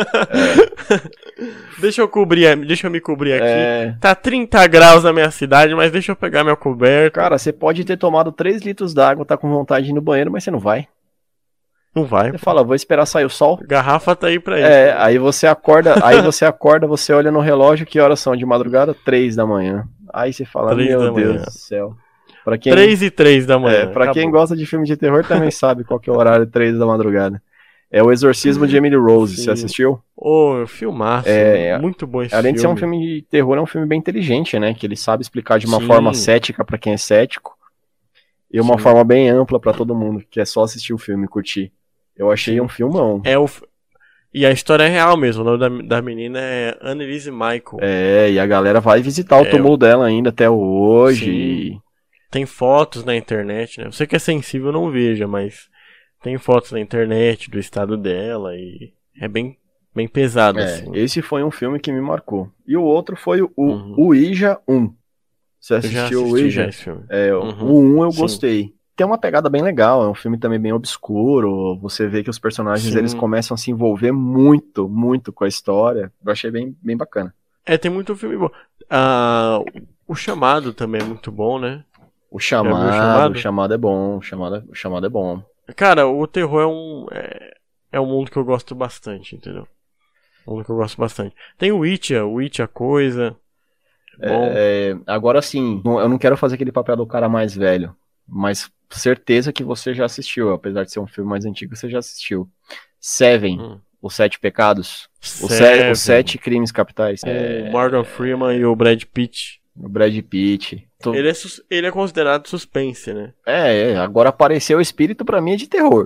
É. Deixa eu cobrir, deixa eu me cobrir aqui. É. Tá trinta graus na minha cidade, mas deixa eu pegar minha coberta. Cara, você pode ter tomado três litros d'água, tá com vontade de ir no banheiro, mas você não vai. Não vai. Você fala, vou esperar sair o sol. A garrafa tá aí pra isso. É, aí você acorda, aí você acorda, você olha no relógio, que horas são de madrugada? Três da manhã. Aí você fala, Três meu da Deus manhã. do céu. Pra quem, Três e três da manhã. é, pra acabou. quem gosta de filme de terror também sabe qual que é o horário, três da madrugada. É O Exorcismo de Emily Rose, Sim. você assistiu? Ô, filmaço. É, muito bom esse Além filme. de ser um filme de terror, é um filme bem inteligente, né? Que ele sabe explicar de uma Sim. forma cética pra quem é cético e uma Sim. forma bem ampla pra todo mundo, que é só assistir o filme e curtir. Eu achei Sim. um filmão. É o... E a história é real mesmo. O nome da, da menina é Annelise Michael. É, e a galera vai visitar o É, túmulo dela ainda até hoje. Sim. e- Tem fotos na internet, né? Você que é sensível não veja, mas tem fotos na internet do estado dela e é bem, bem pesado, É, assim. esse foi um filme que me marcou. E o outro foi o Uhum. Ouija um. Você Eu já assistiu o assisti já Ouija? esse filme. É, Uhum. o um eu Sim. gostei. Tem uma pegada bem legal, é um filme também bem obscuro. Você vê que os personagens Sim. eles começam a se envolver muito, muito com a história. Eu achei bem, bem bacana. É, tem muito filme bom. Ah, o Chamado também é muito bom, né? O Já viu o chamado, Chamado? o chamado é bom, o chamado, o chamado é bom. Cara, o terror é um é, é um mundo que eu gosto bastante, entendeu? Um mundo que eu gosto bastante. Tem o Witch, o Witch a coisa. É bom. É, agora sim, não- eu não quero fazer aquele papel do cara mais velho, mas certeza que você já assistiu, apesar de ser um filme mais antigo, você já assistiu. Seven, Hum. Os Sete Pecados, os, se- Seven, os Sete Crimes Capitais. com É, o Morgan Freeman e o Brad Pitt. o Brad Pitt. Tô- Ele é, sus- ele é considerado suspense, né? É, é, agora apareceu o espírito, pra mim é de terror.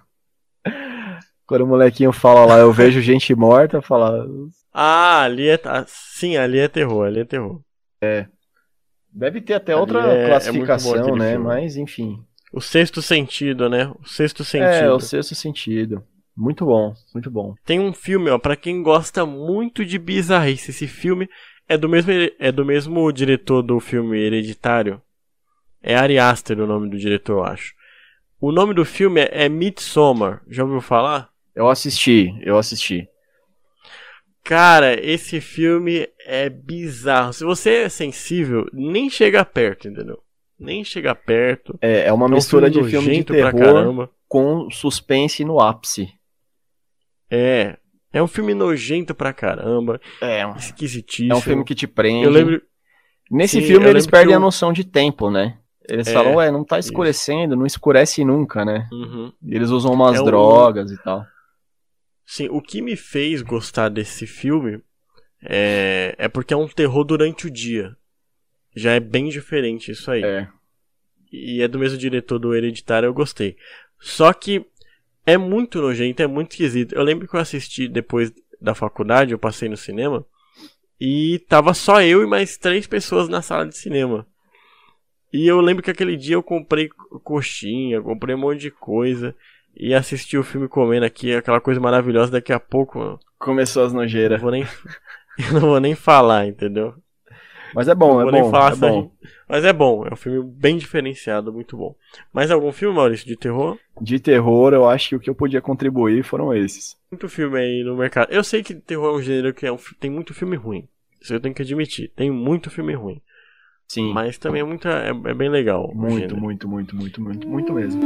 Quando o molequinho fala lá, eu vejo gente morta, fala. Ah, ali é. ah, Sim, ali é terror, ali é terror. Deve ter até Ali outra é- é muito bom classificação, aquele né? filme. Mas enfim. O sexto sentido, né? O sexto sentido. É, o sexto sentido. Muito bom, muito bom. Tem um filme, ó, pra quem gosta muito de bizarrice. Esse filme é do mesmo, é do mesmo diretor do filme Hereditário. É Ari Aster o nome do diretor, eu acho. O nome do filme é, é Midsommar. Já ouviu falar? Eu assisti, eu assisti. Cara, esse filme é bizarro. Se você é sensível, nem chega perto, entendeu? Nem chega perto. É, é uma É um mistura de filme filme de nojento pra terror caramba. com suspense no ápice. É. É um filme nojento pra caramba. É, Esquisitíssimo. é um filme que te prende. Eu lembro. Nesse Sim, filme eu eles lembro perdem que a eu- noção de tempo, né? Eles É, falam, ué, não tá escurecendo, não escurece nunca, né? Uhum. E eles usam umas É um- drogas e tal. Sim, o que me fez gostar desse filme é, é porque é um terror durante o dia. Já é bem diferente isso aí. É. E é do mesmo diretor do Hereditário, eu gostei. Só que é muito nojento, é muito esquisito. Eu lembro que eu assisti depois da faculdade, eu passei no cinema, e tava só eu e mais três pessoas na sala de cinema. E eu lembro que aquele dia eu comprei coxinha, comprei um monte de coisa, e assisti o filme comendo aqui, aquela coisa maravilhosa. Daqui a pouco eu Começou as não nojeiras. vou nem, eu não vou nem falar, entendeu? Mas é bom, Não é vou nem bom, falar é essa- bom. Mas é bom, é um filme bem diferenciado, muito bom. Mais algum filme, Maurício, de terror? De terror, eu acho que o que eu podia contribuir foram esses. Muito filme aí no mercado. Eu sei que terror é um gênero que é um, fi- tem muito filme ruim. Isso eu tenho que admitir. Tem muito filme ruim. Sim. Mas também é, muita, é, é bem legal. o Muito, gênero. muito, muito, muito, muito, muito mesmo.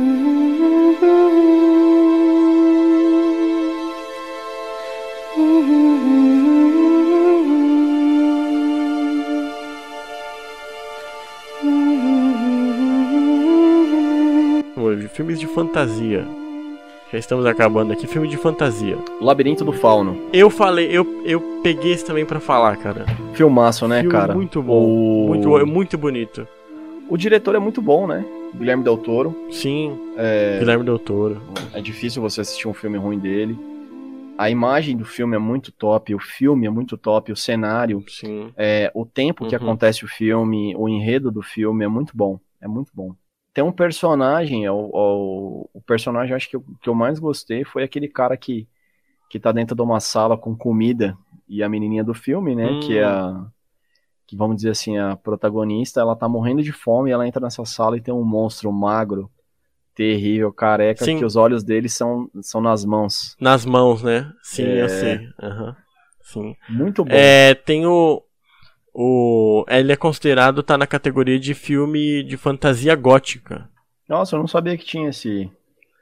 Hoje, filmes de fantasia. Já estamos acabando aqui. Filme de fantasia. Labirinto do Fauno. Eu falei, eu, eu peguei esse também pra falar, cara. Filmaço, né, Filme cara? muito bom. O... Muito bom, é muito bonito. o diretor é muito bom, né? Guilherme Del Toro. Sim, É... Guilherme Del Toro. é difícil você assistir um filme ruim dele. A imagem do filme é muito top, o filme é muito top, o cenário, Sim. é, o tempo que Uhum. acontece o filme, o enredo do filme é muito bom. É muito bom. Tem um personagem, é o, o, o personagem acho que eu, que eu mais gostei foi aquele cara que, que tá dentro de uma sala com comida e a menininha do filme, né, Hum. que é a, que vamos dizer assim, a protagonista, ela tá morrendo de fome e ela entra nessa sala e tem um monstro magro, terrível, careca, Sim. que os olhos dele são, são nas mãos. Nas mãos, né? Sim, É. eu sei. Aham. Sim. Muito bom. É, tem o. O. Ele é considerado, tá na categoria de filme de fantasia gótica. Nossa, eu não sabia que tinha esse,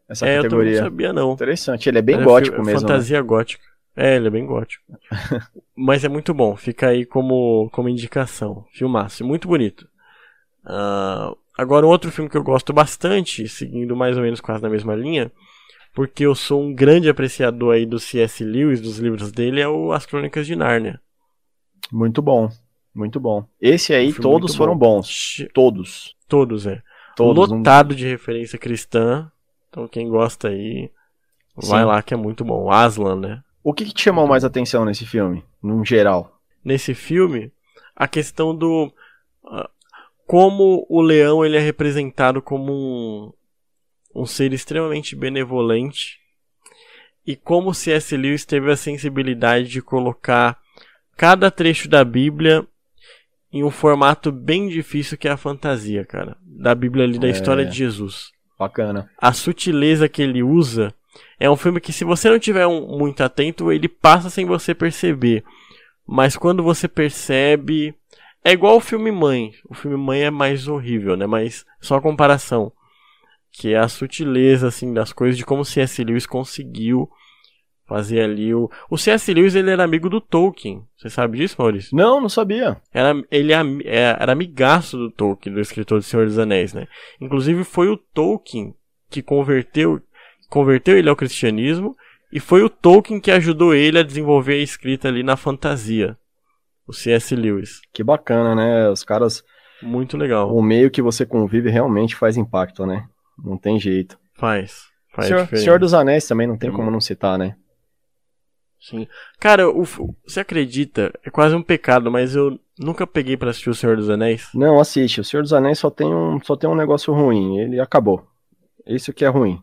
essa é, categoria. Eu não sabia, não. Interessante, ele é bem Ele gótico é mesmo. Fantasia né? gótica. É, ele é bem gótico. Mas é muito bom, fica aí como, como indicação. Filmaço, muito bonito. Uh, agora, um outro filme que eu gosto bastante, seguindo mais ou menos quase na mesma linha, porque eu sou um grande apreciador aí do C S. Lewis, dos livros dele, é o As Crônicas de Nárnia. Muito bom, muito bom. Esse aí, Um todos foram bom. bons. Todos. Todos, é. Todos. Lotado um... de referência cristã. Então, quem gosta aí, vai Sim. lá que é muito bom. Aslan, né? O que, que te chamou mais atenção nesse filme, num geral? Nesse filme, a questão do... Uh, como o leão ele é representado como um, um ser extremamente benevolente e como C S. Lewis teve a sensibilidade de colocar cada trecho da Bíblia em um formato bem difícil que é a fantasia, cara. Da Bíblia ali, da é... história de Jesus. Bacana. A sutileza que ele usa é um filme que, se você não tiver um, muito atento, ele passa sem você perceber. Mas quando você percebe... É igual o filme Mãe. O filme Mãe é mais horrível, né? Mas só a comparação. Que é a sutileza, assim, das coisas, de como C S. Lewis conseguiu fazer ali o... O C S. Lewis, ele era amigo do Tolkien. Você sabe disso, Maurício? Não, não sabia. Era, ele era amigaço do Tolkien, do escritor de Senhor dos Anéis, né? Inclusive, foi o Tolkien que converteu, converteu ele ao cristianismo, e foi o Tolkien que ajudou ele a desenvolver a escrita ali na fantasia. O C S. Lewis. Que bacana, né? Os caras... Muito legal. O meio que você convive realmente faz impacto, né? Não tem jeito. Faz. Faz Senhor, diferença. Senhor dos Anéis também não tem hum. como não citar, né? Sim. Cara, o, você acredita? É quase um pecado, mas eu nunca peguei pra assistir o Senhor dos Anéis. Não, assiste. O Senhor dos Anéis só tem um, só tem um negócio ruim. Ele acabou. Isso que é ruim.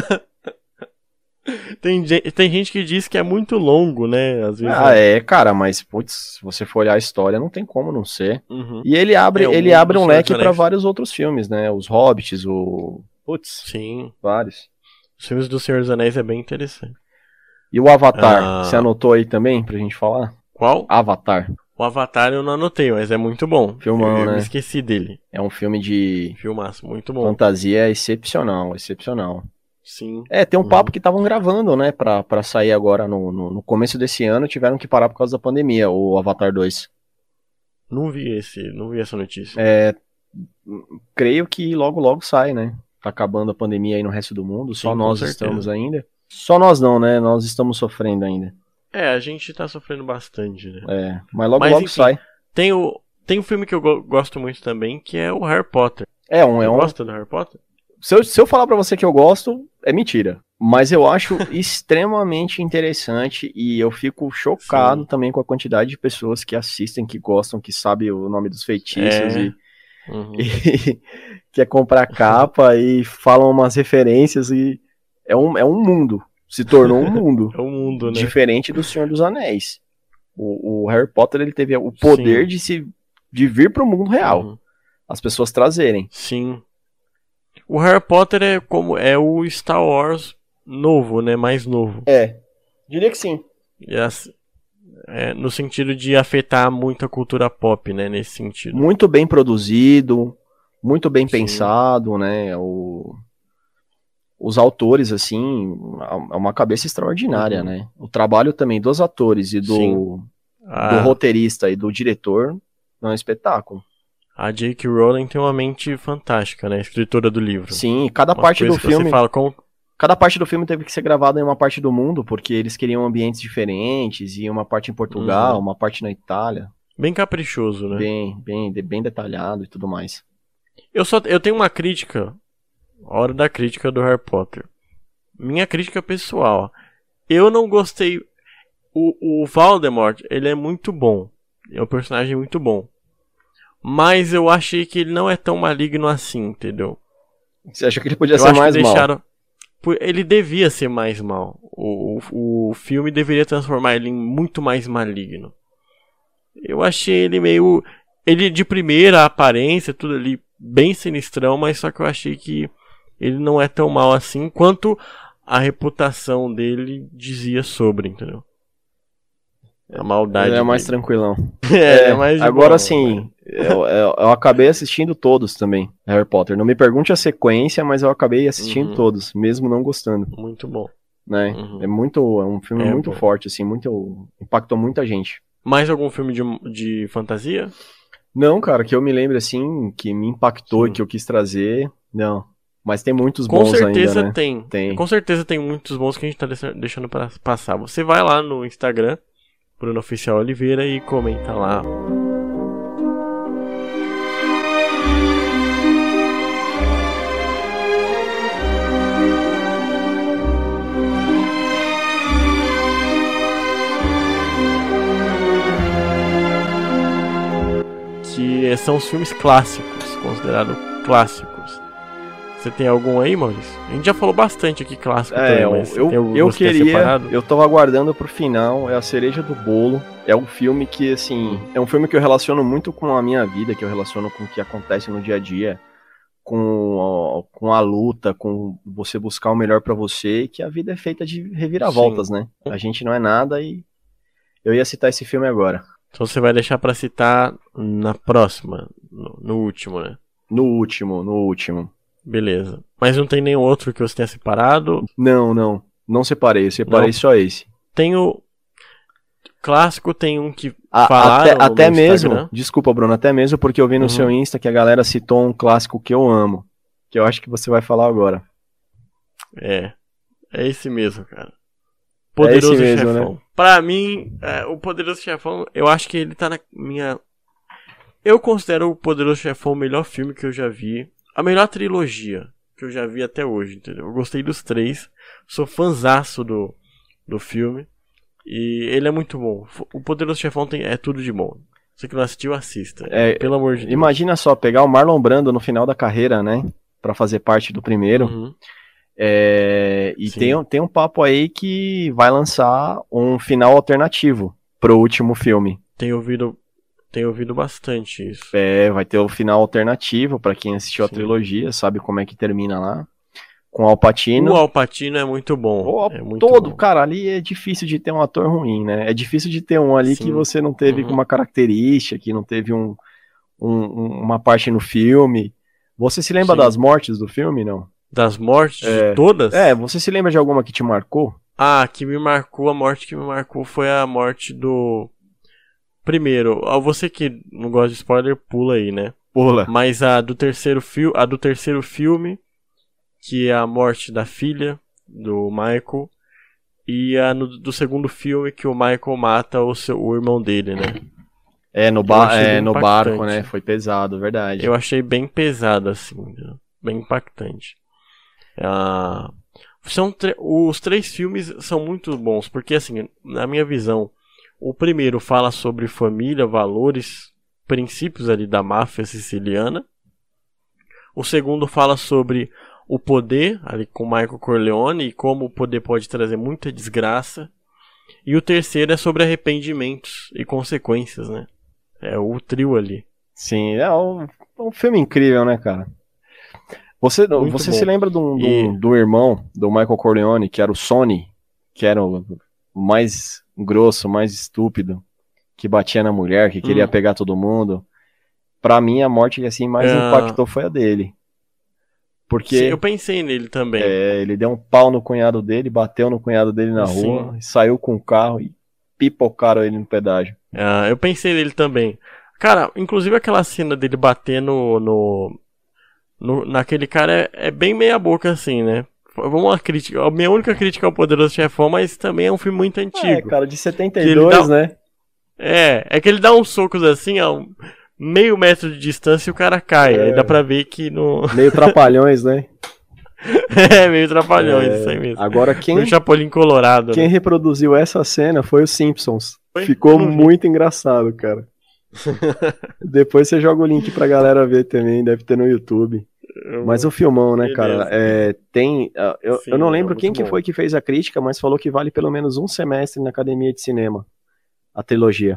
Tem, tem gente que diz que é muito longo, né? Às vezes ah, é, cara, mas, putz, se você for olhar a história, não tem como não ser. Uhum. E ele abre, é, ele abre um leque pra vários outros filmes, né? Os Hobbits, o... Putz, sim, vários. Os filmes do Senhor dos Anéis é bem interessante. E o Avatar, ah... você anotou aí também pra gente falar? Qual? Avatar. O Avatar eu não anotei, mas é muito bom. Filmão, eu, eu né? esqueci dele. É um filme de... Filmaço, muito bom. Fantasia excepcional, excepcional. Sim. É, tem um uhum. papo que estavam gravando, né, pra, pra sair agora no, no, no começo desse ano, tiveram que parar por causa da pandemia, o Avatar dois. Não vi esse, não vi essa notícia. É, creio que logo logo sai, né? Tá acabando a pandemia aí no resto do mundo, só Sim, nós estamos ainda. Só nós não, né? Nós estamos sofrendo ainda. É, a gente tá sofrendo bastante, né? É, mas logo mas, logo enfim, sai. Tem o tem um filme que eu go- gosto muito também, que é o Harry Potter. É um, é Você um. gosta do Harry Potter? Se eu, se eu falar pra você que eu gosto, é mentira. Mas eu acho extremamente interessante e eu fico chocado Sim. também com a quantidade de pessoas que assistem, que gostam, que sabem o nome dos feitiços é. e, uhum. e quer comprar capa e falam umas referências e é um, é um mundo. Se tornou um mundo. É um mundo, né? Diferente do Senhor dos Anéis. O, o Harry Potter ele teve o poder de, se, de vir pro mundo real. Uhum. As pessoas trazerem. Sim. O Harry Potter é como é o Star Wars novo, né? Mais novo. É, diria que sim. E as, é, no sentido de afetar muito a cultura pop, né? Nesse sentido. Muito bem produzido, muito bem Sim. pensado, né? O, os autores, assim, é uma cabeça extraordinária, uhum. né? O trabalho também dos atores e do, ah. do roteirista e do diretor é um espetáculo. A J K. Rowling tem uma mente fantástica, né? Escritora do livro. Sim, cada Umas parte do que filme. Você fala com... Cada parte do filme teve que ser gravada em uma parte do mundo, porque eles queriam ambientes diferentes, e uma parte em Portugal, uhum. uma parte na Itália. Bem caprichoso, né? Bem, bem, bem detalhado e tudo mais. Eu só eu tenho uma crítica. Hora da crítica do Harry Potter. Minha crítica pessoal. Eu não gostei. O, o Voldemort, ele é muito bom. É um personagem muito bom. Mas eu achei que ele não é tão maligno assim, entendeu? Você acha que ele podia eu ser mais deixaram... mal? Ele devia ser mais mal. O, o, o filme deveria transformar ele em muito mais maligno. Eu achei ele meio... Ele de primeira aparência, tudo ali bem sinistrão, mas só que eu achei que ele não é tão mal assim quanto a reputação dele dizia sobre, entendeu? A maldade. Ele é mais dele. tranquilão. É, é mais de agora boa, sim, eu, eu, eu acabei assistindo todos também, Harry Potter. Não me pergunte a sequência, mas eu acabei assistindo Uhum. todos, mesmo não gostando, Muito bom. né? Uhum. É muito, é um filme É muito bom. forte, assim, muito, impactou muita gente. Mais algum filme de, de fantasia? Não, cara, que eu me lembro, assim, que me impactou Sim. e que eu quis trazer, não. Mas tem muitos Com bons certeza ainda, né? tem. Tem. Com certeza tem muitos bons que a gente tá deixa- deixando pra passar. Você vai lá no Instagram, Bruno Oficial Oliveira, e comenta lá. Que são os filmes clássicos, considerados clássicos. Você tem algum aí, Maurício? A gente já falou bastante aqui clássico É, também, mas eu, tem algum eu que é queria, separado? eu tava aguardando pro final, é a cereja do bolo, é um filme que, assim, é um filme que eu relaciono muito com a minha vida, que eu relaciono com o que acontece no dia a dia, com a, com a luta, com você buscar o melhor pra você, e que a vida é feita de reviravoltas, Sim. né? A gente não é nada e eu ia citar esse filme agora, Então você vai deixar pra citar na próxima, no, no último, né? no último, no último. Beleza. Mas não tem nenhum outro que você tenha separado? Não, não, não separei, eu separei Não. só esse. Tem o clássico, tem um que A- falaram até no até meu mesmo, Instagram. desculpa, Bruno, até mesmo porque eu vi no Uhum. seu Insta que a galera citou um clássico que eu amo, que eu acho que você vai falar agora. É, é esse mesmo, cara. Poderoso É esse mesmo, Chefão. né? Pra mim, é, o Poderoso Chefão, eu acho que ele tá na minha... Eu considero o Poderoso Chefão o melhor filme que eu já vi. A melhor trilogia que eu já vi até hoje, entendeu? Eu gostei dos três. Sou fãzaço do, do filme. E ele é muito bom. O Poderoso Chefão tem, é tudo de bom. Você que não assistiu, assista. É, Pelo amor de Deus. Imagina só, pegar o Marlon Brando no final da carreira, né? Pra fazer parte do primeiro. Uhum. É, e Sim. tem, um- tem um papo aí que vai lançar um final alternativo pro último filme. Tenho ouvido, tenho ouvido bastante isso. É, vai ter o final alternativo pra quem assistiu a Sim. trilogia, sabe como é que termina lá. Com Al Pacino. O Al Pacino é muito bom. Oh, é muito todo, bom. cara, ali é difícil de ter um ator ruim, né? É difícil de ter um ali Sim. que você não teve Uhum. uma característica, que não teve um, um- uma parte no filme. Você se lembra Sim. das mortes do filme, não? Das mortes É. de todas? É, você se lembra de alguma que te marcou? Ah, que me marcou, a morte que me marcou foi a morte do... Primeiro, ah, você que não gosta de spoiler, pula aí, né? Pula. Mas a do terceiro filme, a do terceiro filme, que é a morte da filha do Michael, e a no- do segundo filme que o Michael mata o, seu, o irmão dele, né? É, no, Eu ba achei é, bem no impactante. barco, né? Foi pesado, verdade. Eu achei bem pesado, assim, entendeu? Bem impactante. Ah, são tre- os três filmes são muito bons, porque, assim, na minha visão, o primeiro fala sobre família, valores, princípios ali da máfia siciliana. O segundo fala sobre o poder, ali com Michael Corleone, e como o poder pode trazer muita desgraça. E o terceiro é sobre arrependimentos e consequências, né? É o trio ali. Sim, é um, um filme incrível, né, cara? Você, Muito você bom. se lembra do, do, E- do irmão do Michael Corleone, que era o Sonny, que era o, o mais grosso, o mais estúpido, que batia na mulher, que queria Hum. pegar todo mundo? Pra mim, a morte que assim mais É. impactou foi a dele. Porque Sim, eu pensei nele também. é, ele deu um pau no cunhado dele, bateu no cunhado dele na Sim. rua, saiu com o carro e pipocaram ele no pedágio. Ah, eu pensei nele também. Cara, inclusive aquela cena dele bater no, no, no- naquele cara é, é bem meia boca assim, né? Vamos uma crítica. A minha única crítica ao Poderoso Chefão, mas também é um filme muito É, antigo. cara, de setenta Que e ele dois, dá- né? É, é que ele dá uns socos assim, a um meio metro de distância e o cara cai. É. Aí dá pra ver que no. Meio trapalhões, né? é, meio trapalhões, É, isso aí mesmo. Agora, quem, Foi o Chapolin Colorado. quem Né? reproduziu essa cena foi os Simpsons. Foi? Ficou Eu não vi. muito engraçado, cara. Depois você joga o link pra galera ver também, deve ter no YouTube. Mas o filmão, né, Beleza. cara? É, tem. ah, Eu, Sim, eu não é lembro muito quem que bom. foi que fez a crítica, mas falou que vale pelo menos um semestre na academia de cinema. A trilogia.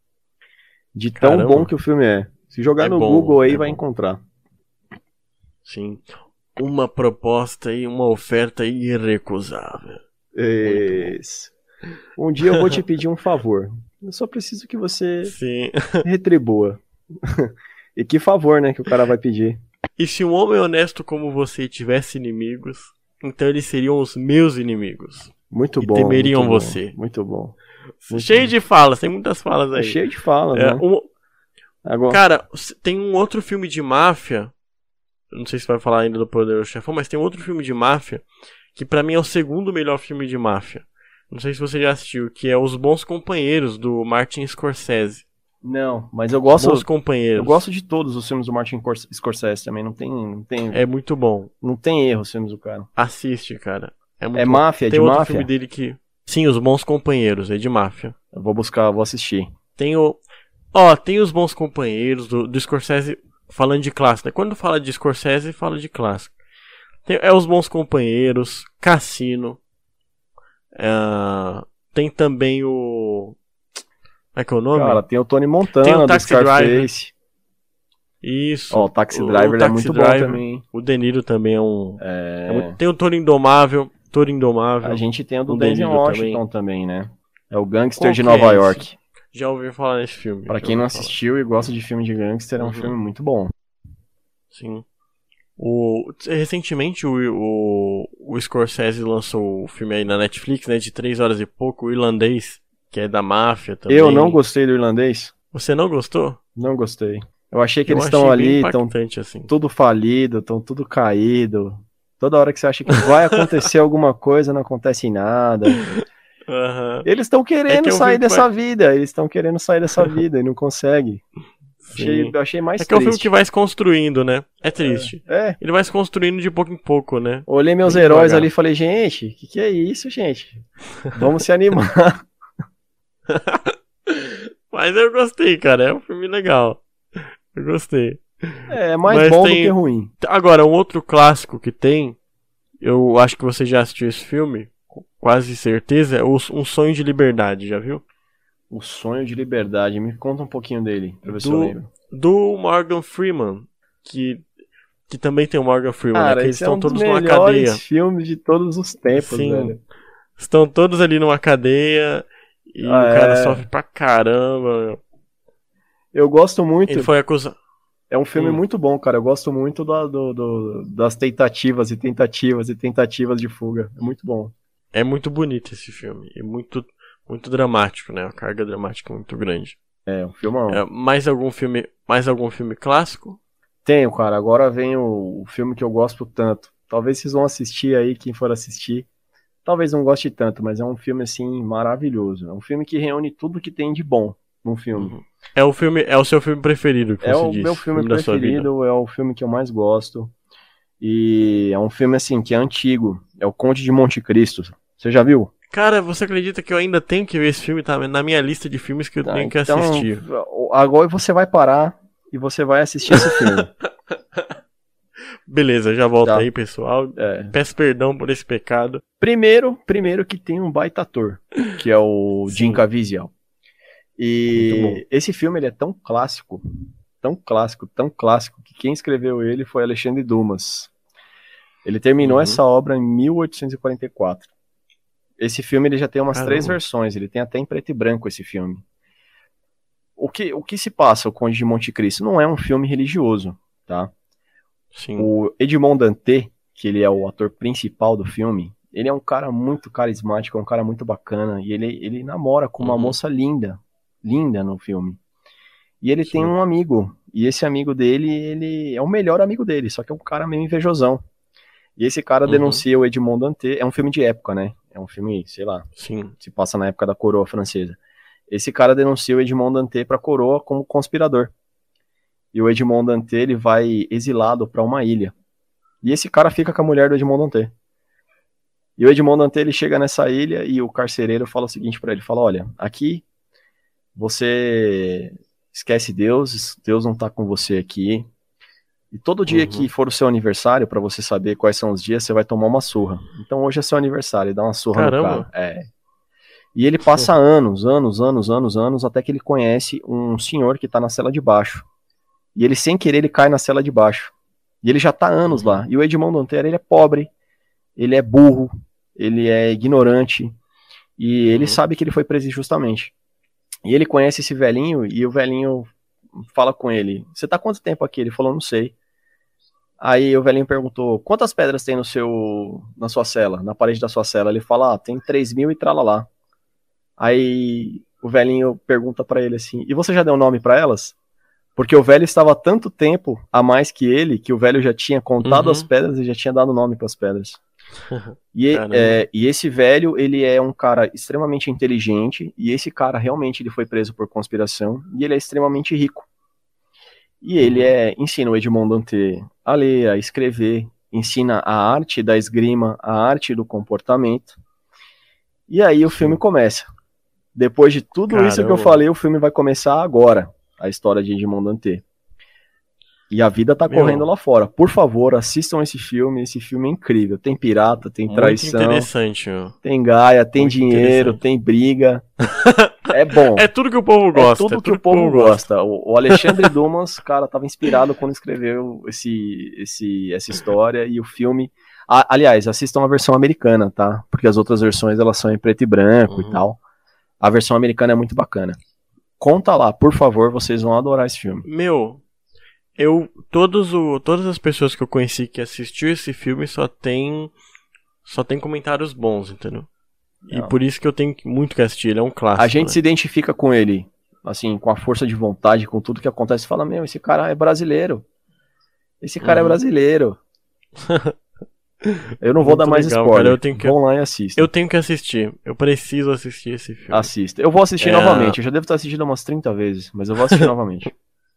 De tão Caramba. bom que o filme é. Se jogar É no bom, Google aí, é vai bom. encontrar. Sim. Uma proposta e uma oferta irrecusável. Isso. Um dia eu vou te pedir um favor. Eu só preciso que você Sim. retribua. E que favor, né, que o cara vai pedir. E se um homem honesto como você tivesse inimigos, então eles seriam os meus inimigos. Muito e bom. temeriam muito você. Bom, muito bom. Muito Cheio bom. de falas, tem muitas falas aí. É cheio de falas, É, né? um... Agora... Cara, tem um outro filme de máfia. Eu não sei se vai falar ainda do Poderoso Chefão, mas tem outro filme de máfia que pra mim é o segundo melhor filme de máfia. Não sei se você já assistiu, que é Os Bons Companheiros, do Martin Scorsese. Não, mas eu gosto. Bons Companheiros. Eu gosto de todos os filmes do Martin Scorsese também. Não tem, não tem. É muito bom. Não tem erro os filmes do cara. Assiste, cara. É, muito é bom. máfia, é tem de outro máfia? filme dele que. Sim, Os Bons Companheiros, é de máfia. Eu vou buscar, vou assistir. Tem o. Ó, tem Os Bons Companheiros do, do Scorsese falando de clássico, né? Quando fala de Scorsese, fala de clássico. Tem, é Os Bons Companheiros, Cassino. É, tem também o. Como é que é o nome? Cara, tem o Tony Montana, Tem o do Taxi Scarface. Isso. Ó, o Taxi O- Driver o é Taxi muito Driver. bom também. O De Niro também é um. É... é muito- Tem o Toro Indomável. Toro Indomável. A gente tem o do O Denzel Deniro Washington também. né? É o Gangster Qual de que Nova é York. Já ouvi falar nesse filme. Pra já quem não ouvi falar. assistiu e gosta de filme de gangster, é um Uhum. filme muito bom. Sim. O, recentemente o, o, o Scorsese lançou o filme aí na Netflix, né? De três horas e pouco, o Irlandês, que é da máfia também. Eu não gostei do irlandês. Você não gostou? Não gostei. Eu achei que Eu eles achei estão bem ali, estão impactante, assim. tudo falido, estão tudo caído. Toda hora que você acha que vai acontecer alguma coisa, não acontece nada. Aham. Eles estão querendo É que eu vi sair que dessa vai- vida, eles estão querendo sair dessa vida e não conseguem. Achei, Sim. eu achei mais É que é um filme triste. que vai se construindo, né? É triste. É, Ele vai se construindo de pouco em pouco, né? olhei meus Bem heróis devagar. ali e falei, gente, o que, que é isso, gente? Vamos se animar. Mas eu gostei, cara. É um filme legal. Eu gostei. É, é mais Mas bom tem- do que ruim. Agora, um outro clássico que tem, eu acho que você já assistiu esse filme, com quase certeza, é o Um Sonho de Liberdade, já viu? O Sonho de Liberdade, me conta um pouquinho dele, pra ver se eu Do- lembro. Do Morgan Freeman, que, que também tem o Morgan Freeman, né? Cara, Que eles esse é estão um dos todos numa melhores cadeia. filmes de todos os tempos, Sim. velho. Estão todos ali numa cadeia e Ah, o cara é. sofre pra caramba. Eu gosto muito. Ele foi acusado. É um filme Hum. muito bom, cara. Eu gosto muito da- do, do- das tentativas e tentativas e tentativas de fuga. É muito bom. É muito bonito esse filme. E muito, muito dramático, né? Uma carga dramática muito grande. É, um filmão. É, mais algum filme, mais algum filme clássico? Tenho, cara. Agora vem o, o filme que eu gosto tanto. Talvez vocês vão assistir aí, quem for assistir. Talvez não goste tanto, mas é um filme, assim, maravilhoso. É um filme que reúne tudo que tem de bom num filme. Uhum. É o filme, é o seu filme preferido que É você o disse, meu filme da sua vida. preferido, é o filme que eu mais gosto. E é um filme, assim, que é antigo. É o Conde de Monte Cristo. Você já viu? Cara, você acredita que eu ainda tenho que ver esse filme? Tá na minha lista de filmes que eu Tá, tenho que então, assistir. agora você vai parar e você vai assistir esse filme. Beleza, já volto Tá. aí, pessoal. É. Peço perdão por esse pecado. Primeiro, primeiro que tem um baita ator, que é o Sim. Jim Caviezel. Muito bom. E esse filme ele é tão clássico, tão clássico, tão clássico, que quem escreveu ele foi Alexandre Dumas. Ele terminou Uhum. essa obra em mil oitocentos e quarenta e quatro. Esse filme ele já tem umas Caramba. três versões, ele tem até em preto e branco esse filme. O que, o que se passa, o Conde de Monte Cristo, não é um filme religioso, tá? Sim. O Edmond Dantès, que ele é o ator principal do filme, ele é um cara muito carismático, é um cara muito bacana, e ele, ele namora com uma Uhum. moça linda, linda no filme. E ele Sim. tem um amigo, e esse amigo dele, ele é o melhor amigo dele, só que é um cara meio invejosão. E esse cara Uhum. denuncia o Edmond Dantès, é um filme de época, né? É um filme, sei lá, Sim. se passa na época da coroa francesa. Esse cara denuncia o Edmond Dantès pra coroa como conspirador. E o Edmond Dantès, ele vai exilado pra uma ilha. E esse cara fica com a mulher do Edmond Dantès. E o Edmond Dantès, ele chega nessa ilha e o carcereiro fala o seguinte pra ele, fala, olha, aqui você esquece Deus, Deus não tá com você aqui. E todo dia Uhum. que for o seu aniversário, pra você saber quais são os dias, você vai tomar uma surra. Então hoje é seu aniversário, dá uma surra Caramba. no cara. É. E ele passa anos, anos, anos, anos, anos, até que ele conhece um senhor que tá na cela de baixo. E ele, sem querer, ele cai na cela de baixo. E ele já tá há anos Uhum. lá. E o Edmond Dantès, ele é pobre, ele é burro, ele é ignorante, e ele Uhum. sabe que ele foi preso injustamente. E ele conhece esse velhinho e o velhinho fala com ele, você tá quanto tempo aqui? Ele falou, não sei. Aí o velhinho perguntou, quantas pedras tem no seu, na sua cela, na parede da sua cela? Ele fala, ah, tem três mil e tralalá. Aí o velhinho pergunta pra ele assim, e você já deu nome pra elas? Porque o velho estava há tanto tempo a mais que ele, que o velho já tinha contado Uhum. as pedras e já tinha dado nome pras pedras. E, é, e esse velho, ele é um cara extremamente inteligente, e esse cara realmente ele foi preso por conspiração, e ele é extremamente rico. E ele é, ensina o Edmond Dantès a ler, a escrever, ensina a arte da esgrima, a arte do comportamento. E aí o filme começa. Depois de tudo Caramba. isso que eu falei, o filme vai começar agora, a história de Edmond Dantès. E a vida tá Meu. correndo lá fora. Por favor, assistam esse filme, esse filme é incrível. Tem pirata, tem traição, Muito interessante, meu. tem gaia, tem Muito dinheiro, interessante. tem briga. É bom. É tudo que o povo gosta. É tudo é que o povo gosta. O, o Alexandre Dumas, cara, tava inspirado quando escreveu esse, esse, essa história e o filme. A, aliás, assistam a versão americana, tá? Porque as outras versões elas são em preto e branco Uhum. e tal. A versão americana é muito bacana. Conta lá, por favor, vocês vão adorar esse filme. Meu, eu todos o, todas as pessoas que eu conheci que assistiu esse filme só tem só tem comentários bons, entendeu? E Não. por isso que eu tenho muito que assistir, ele é um clássico. A gente né? se identifica com ele, assim, com a força de vontade, com tudo que acontece. Fala, meu, esse cara é brasileiro. Esse cara Uhum. é brasileiro. Eu não vou Muito dar mais legal, spoiler. cara, eu tenho que- Vão lá e assistam. Eu tenho que assistir. Eu preciso assistir esse filme. Assista. Eu vou assistir É. novamente. Eu já devo ter assistido umas trinta vezes, mas eu vou assistir novamente.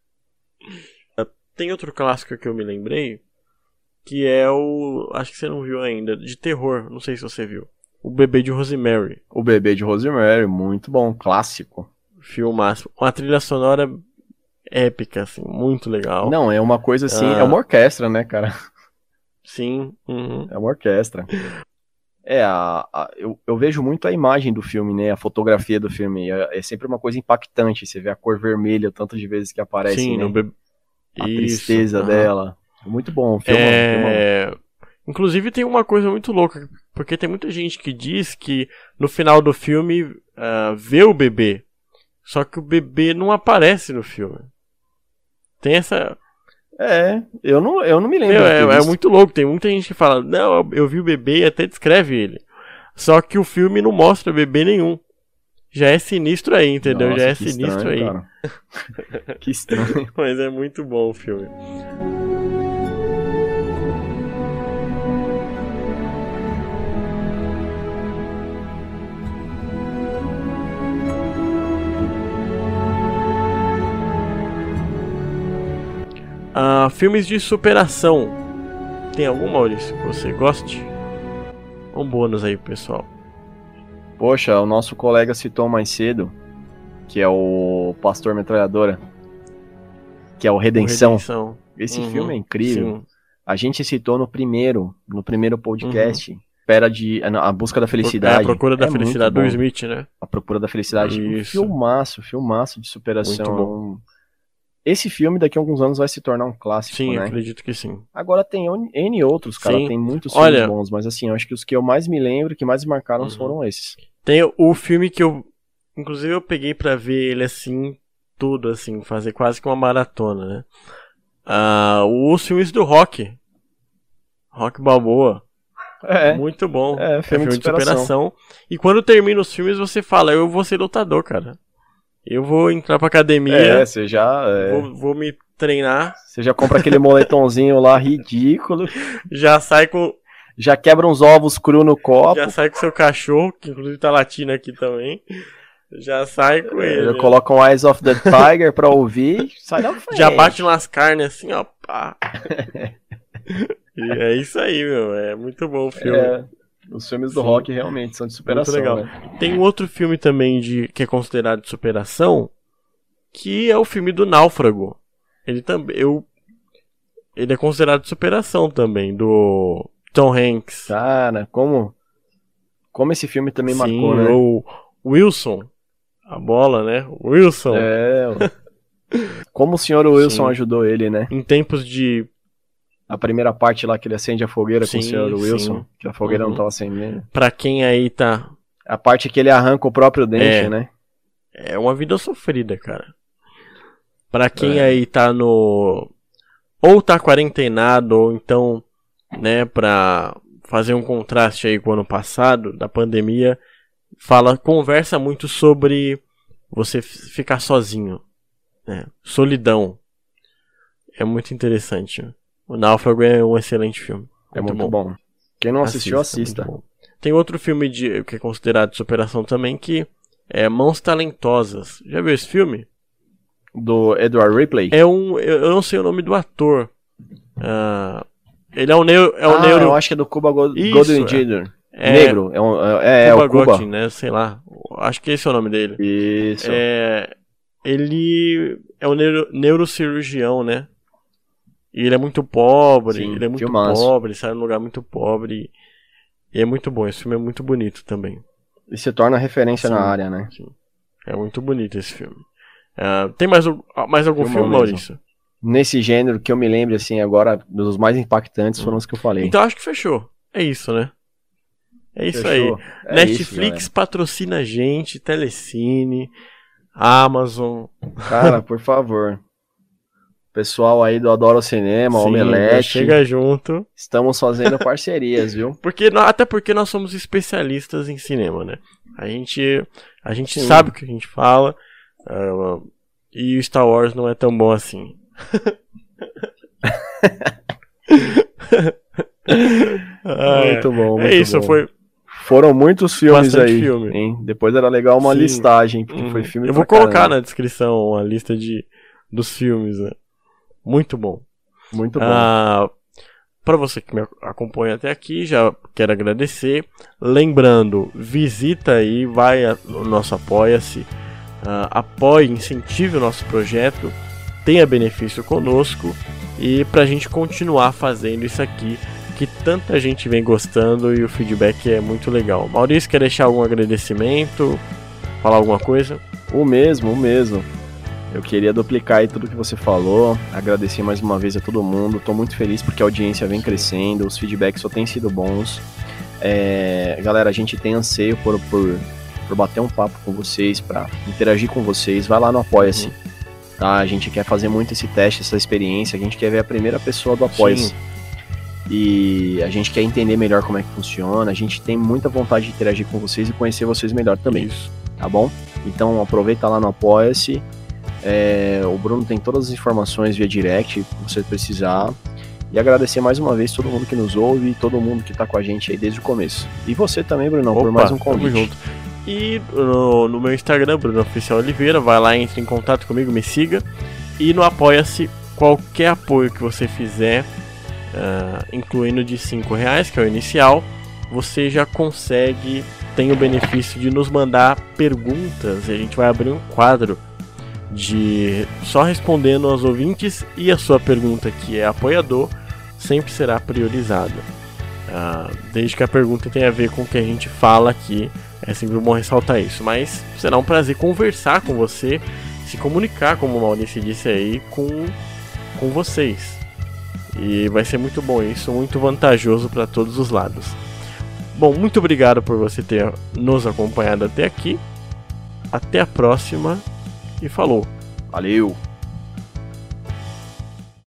Tem outro clássico que eu me lembrei, que é o, acho que você não viu ainda, de terror, não sei se você viu. O Bebê de Rosemary. O Bebê de Rosemary, muito bom, clássico. Filmaço. Uma trilha sonora épica, assim, muito legal. Não, é uma coisa assim, Ah. é uma orquestra, né, cara? Sim. Uhum. É uma orquestra. É, a, a- eu, eu vejo muito a imagem do filme, né? A fotografia do filme. É, é sempre uma coisa impactante. Você vê a cor vermelha, o tanto de vezes que aparece, Sim, né? no bebê. A tristeza aham. dela. Muito bom, filmão, filmão. É... Inclusive tem uma coisa muito louca, porque tem muita gente que diz que no final do filme ah, vê o bebê, só que o bebê não aparece no filme. Tem essa... É, eu não, eu não me lembro. Meu, de ter é, é visto. muito louco, tem muita gente que fala, não, eu- eu vi o bebê e até descreve ele. Só que o filme não mostra bebê nenhum. Já é sinistro aí, entendeu? Nossa, Já é que sinistro estranho, aí. cara. Que estranho. Mas é muito bom o filme. Ah, filmes de superação. Tem algum, Maurício, que você goste? Um bônus aí, pessoal. Poxa, o nosso colega citou mais cedo, que é o Pastor Metralhadora, que é o Redenção. Redenção. Esse Uhum, filme é incrível. Sim. A gente citou no primeiro, no primeiro podcast, Espera de a busca da É felicidade. a Procura da É muito Felicidade do bom. Smith, né? A Procura da Felicidade. Um Isso. filmaço, filmaço de superação. Muito bom. Esse filme daqui a alguns anos vai se tornar um clássico, Sim, né? acredito que sim. Agora tem N outros, cara. Sim. Tem muitos Olha- filmes bons, mas assim, eu acho que os que eu mais me lembro, que mais me marcaram Uhum. foram esses. Tem o filme que eu. Inclusive eu peguei pra ver ele assim, tudo assim, fazer quase que uma maratona, né? Ah, os filmes do Rock. Rock Balboa. É, Muito bom. É, filme de superação. E quando termina os filmes, você fala, eu vou ser lutador, cara. Eu vou entrar pra academia, é, você já, é, vou, vou me treinar, você já compra aquele moletomzinho lá ridículo, já sai com. já quebra uns ovos cru no copo, Já sai com seu cachorro, que inclusive tá latindo aqui também. Já sai com ele. já coloca um Eyes of the Tiger pra ouvir, sai da frente. Já bate nas carnes assim, ó. Pá. E é isso aí, meu. É muito bom o filme. É, os filmes do Sim. rock realmente são de superação. Muito legal. Né? Tem um outro filme também de, que é considerado de superação, que é o filme do Náufrago. Ele também. Eu, ele é considerado de superação também, do Tom Hanks. Cara, como, como esse filme também Sim, marcou, né? o Wilson. A bola, né? Wilson. É, o- como o senhor Wilson Sim. ajudou ele, né? Em tempos de. A primeira parte lá que ele acende a fogueira com Sim, o senhor Wilson, sim. que a fogueira Uhum. não tava acendendo. Pra quem aí tá. A parte que ele arranca o próprio dente, É. né? é uma vida sofrida, cara. Pra quem É. aí tá no... ou tá quarentenado, ou então, né, pra fazer um contraste aí com o ano passado, da pandemia, fala, conversa muito sobre você f- ficar sozinho, né? Solidão. É muito interessante. O Náufrago é um excelente filme. É muito bom. Quem não assistiu, assista. é muito bom. Tem outro filme de, que é considerado de superação também, que é Mãos Talentosas. Já viu esse filme? Do Edward Ripley. É um... Eu eu não sei o nome do ator. Ah, ele é o neuro... É o ah, neuro... eu acho que é do Cuba Go- Isso, Golden é. Junior É, Negro. É, um, é, é Cuba o Cuba. Gooding, né? Sei lá. Acho que esse é o nome dele. Isso. É, ele é um neuro, neurocirurgião, né? E ele é muito pobre. Sim, ele é muito filmaço. pobre, sai num lugar muito pobre. E é muito bom. Esse filme é muito bonito também. E se torna referência Sim. na área, né? Sim. É muito bonito esse filme. Ah, tem mais, al- mais algum Filmão filme, mesmo. Maurício? Nesse gênero que eu me lembro, assim, agora, dos mais impactantes foram os que eu falei. Então acho que fechou. É isso, né? É isso Fechou? aí. É Netflix isso, patrocina a gente, Telecine, Amazon. galera. Cara, por favor. Pessoal aí do Adoro Cinema, Sim, Omelete, chega junto. estamos fazendo parcerias, viu? Porque, nó- até porque nós somos especialistas em cinema, né? A gente, a gente Sim. sabe o que a gente fala. ah, e o Star Wars não é tão bom assim. Ah, é. Muito bom, muito É isso, bom. foi. Foram muitos filmes Bastante aí, filme. hein? Depois era legal uma Sim. listagem, porque Uhum. foi filme Eu pra vou colocar caramba. na descrição a lista de, dos filmes, né? Muito bom. Muito bom. Ah, para você que me acompanha até aqui, já quero agradecer. Lembrando, visita aí, vai a- no nosso Apoia-se, ah, apoie, incentive o nosso projeto, tenha benefício conosco e pra gente continuar fazendo isso aqui, que tanta gente vem gostando e o feedback é muito legal. Maurício, quer deixar algum agradecimento? Falar alguma coisa? O mesmo, o mesmo. Eu queria duplicar aí tudo que você falou, agradecer mais uma vez a todo mundo, tô muito feliz porque a audiência vem crescendo, os feedbacks só têm sido bons. É, galera, a gente tem anseio por, por, por bater um papo com vocês, pra interagir com vocês, vai lá no Apoia-se, Uhum. tá? A gente quer fazer muito esse teste, essa experiência, a gente quer ver a primeira pessoa do Apoia-se. Sim. E a gente quer entender melhor como é que funciona, a gente tem muita vontade de interagir com vocês e conhecer vocês melhor também. Isso. Tá bom? Então aproveita lá no Apoia-se. É, o Bruno tem todas as informações via direct, se você precisar. E agradecer mais uma vez todo mundo que nos ouve e todo mundo que tá com a gente aí desde o começo. E você também, Brunão, por Opa, mais um tamo convite. junto. E no, no meu Instagram, Bruno Oficial Oliveira, vai lá, entre em contato comigo, me siga. E no Apoia-se, qualquer apoio que você fizer, ah, incluindo de cinco reais, que é o inicial, você já consegue, tem o benefício de nos mandar perguntas. E a gente vai abrir um quadro de só respondendo aos ouvintes, e a sua pergunta, que é apoiador, sempre será priorizada. Ah, desde que a pergunta tenha a ver com o que a gente fala aqui, é sempre bom ressaltar isso. Mas será um prazer conversar com você, se comunicar, como o Maurício disse aí, com, com vocês. E vai ser muito bom isso, muito vantajoso para todos os lados. Bom, muito obrigado por você ter nos acompanhado até aqui. Até a próxima e falou! Valeu!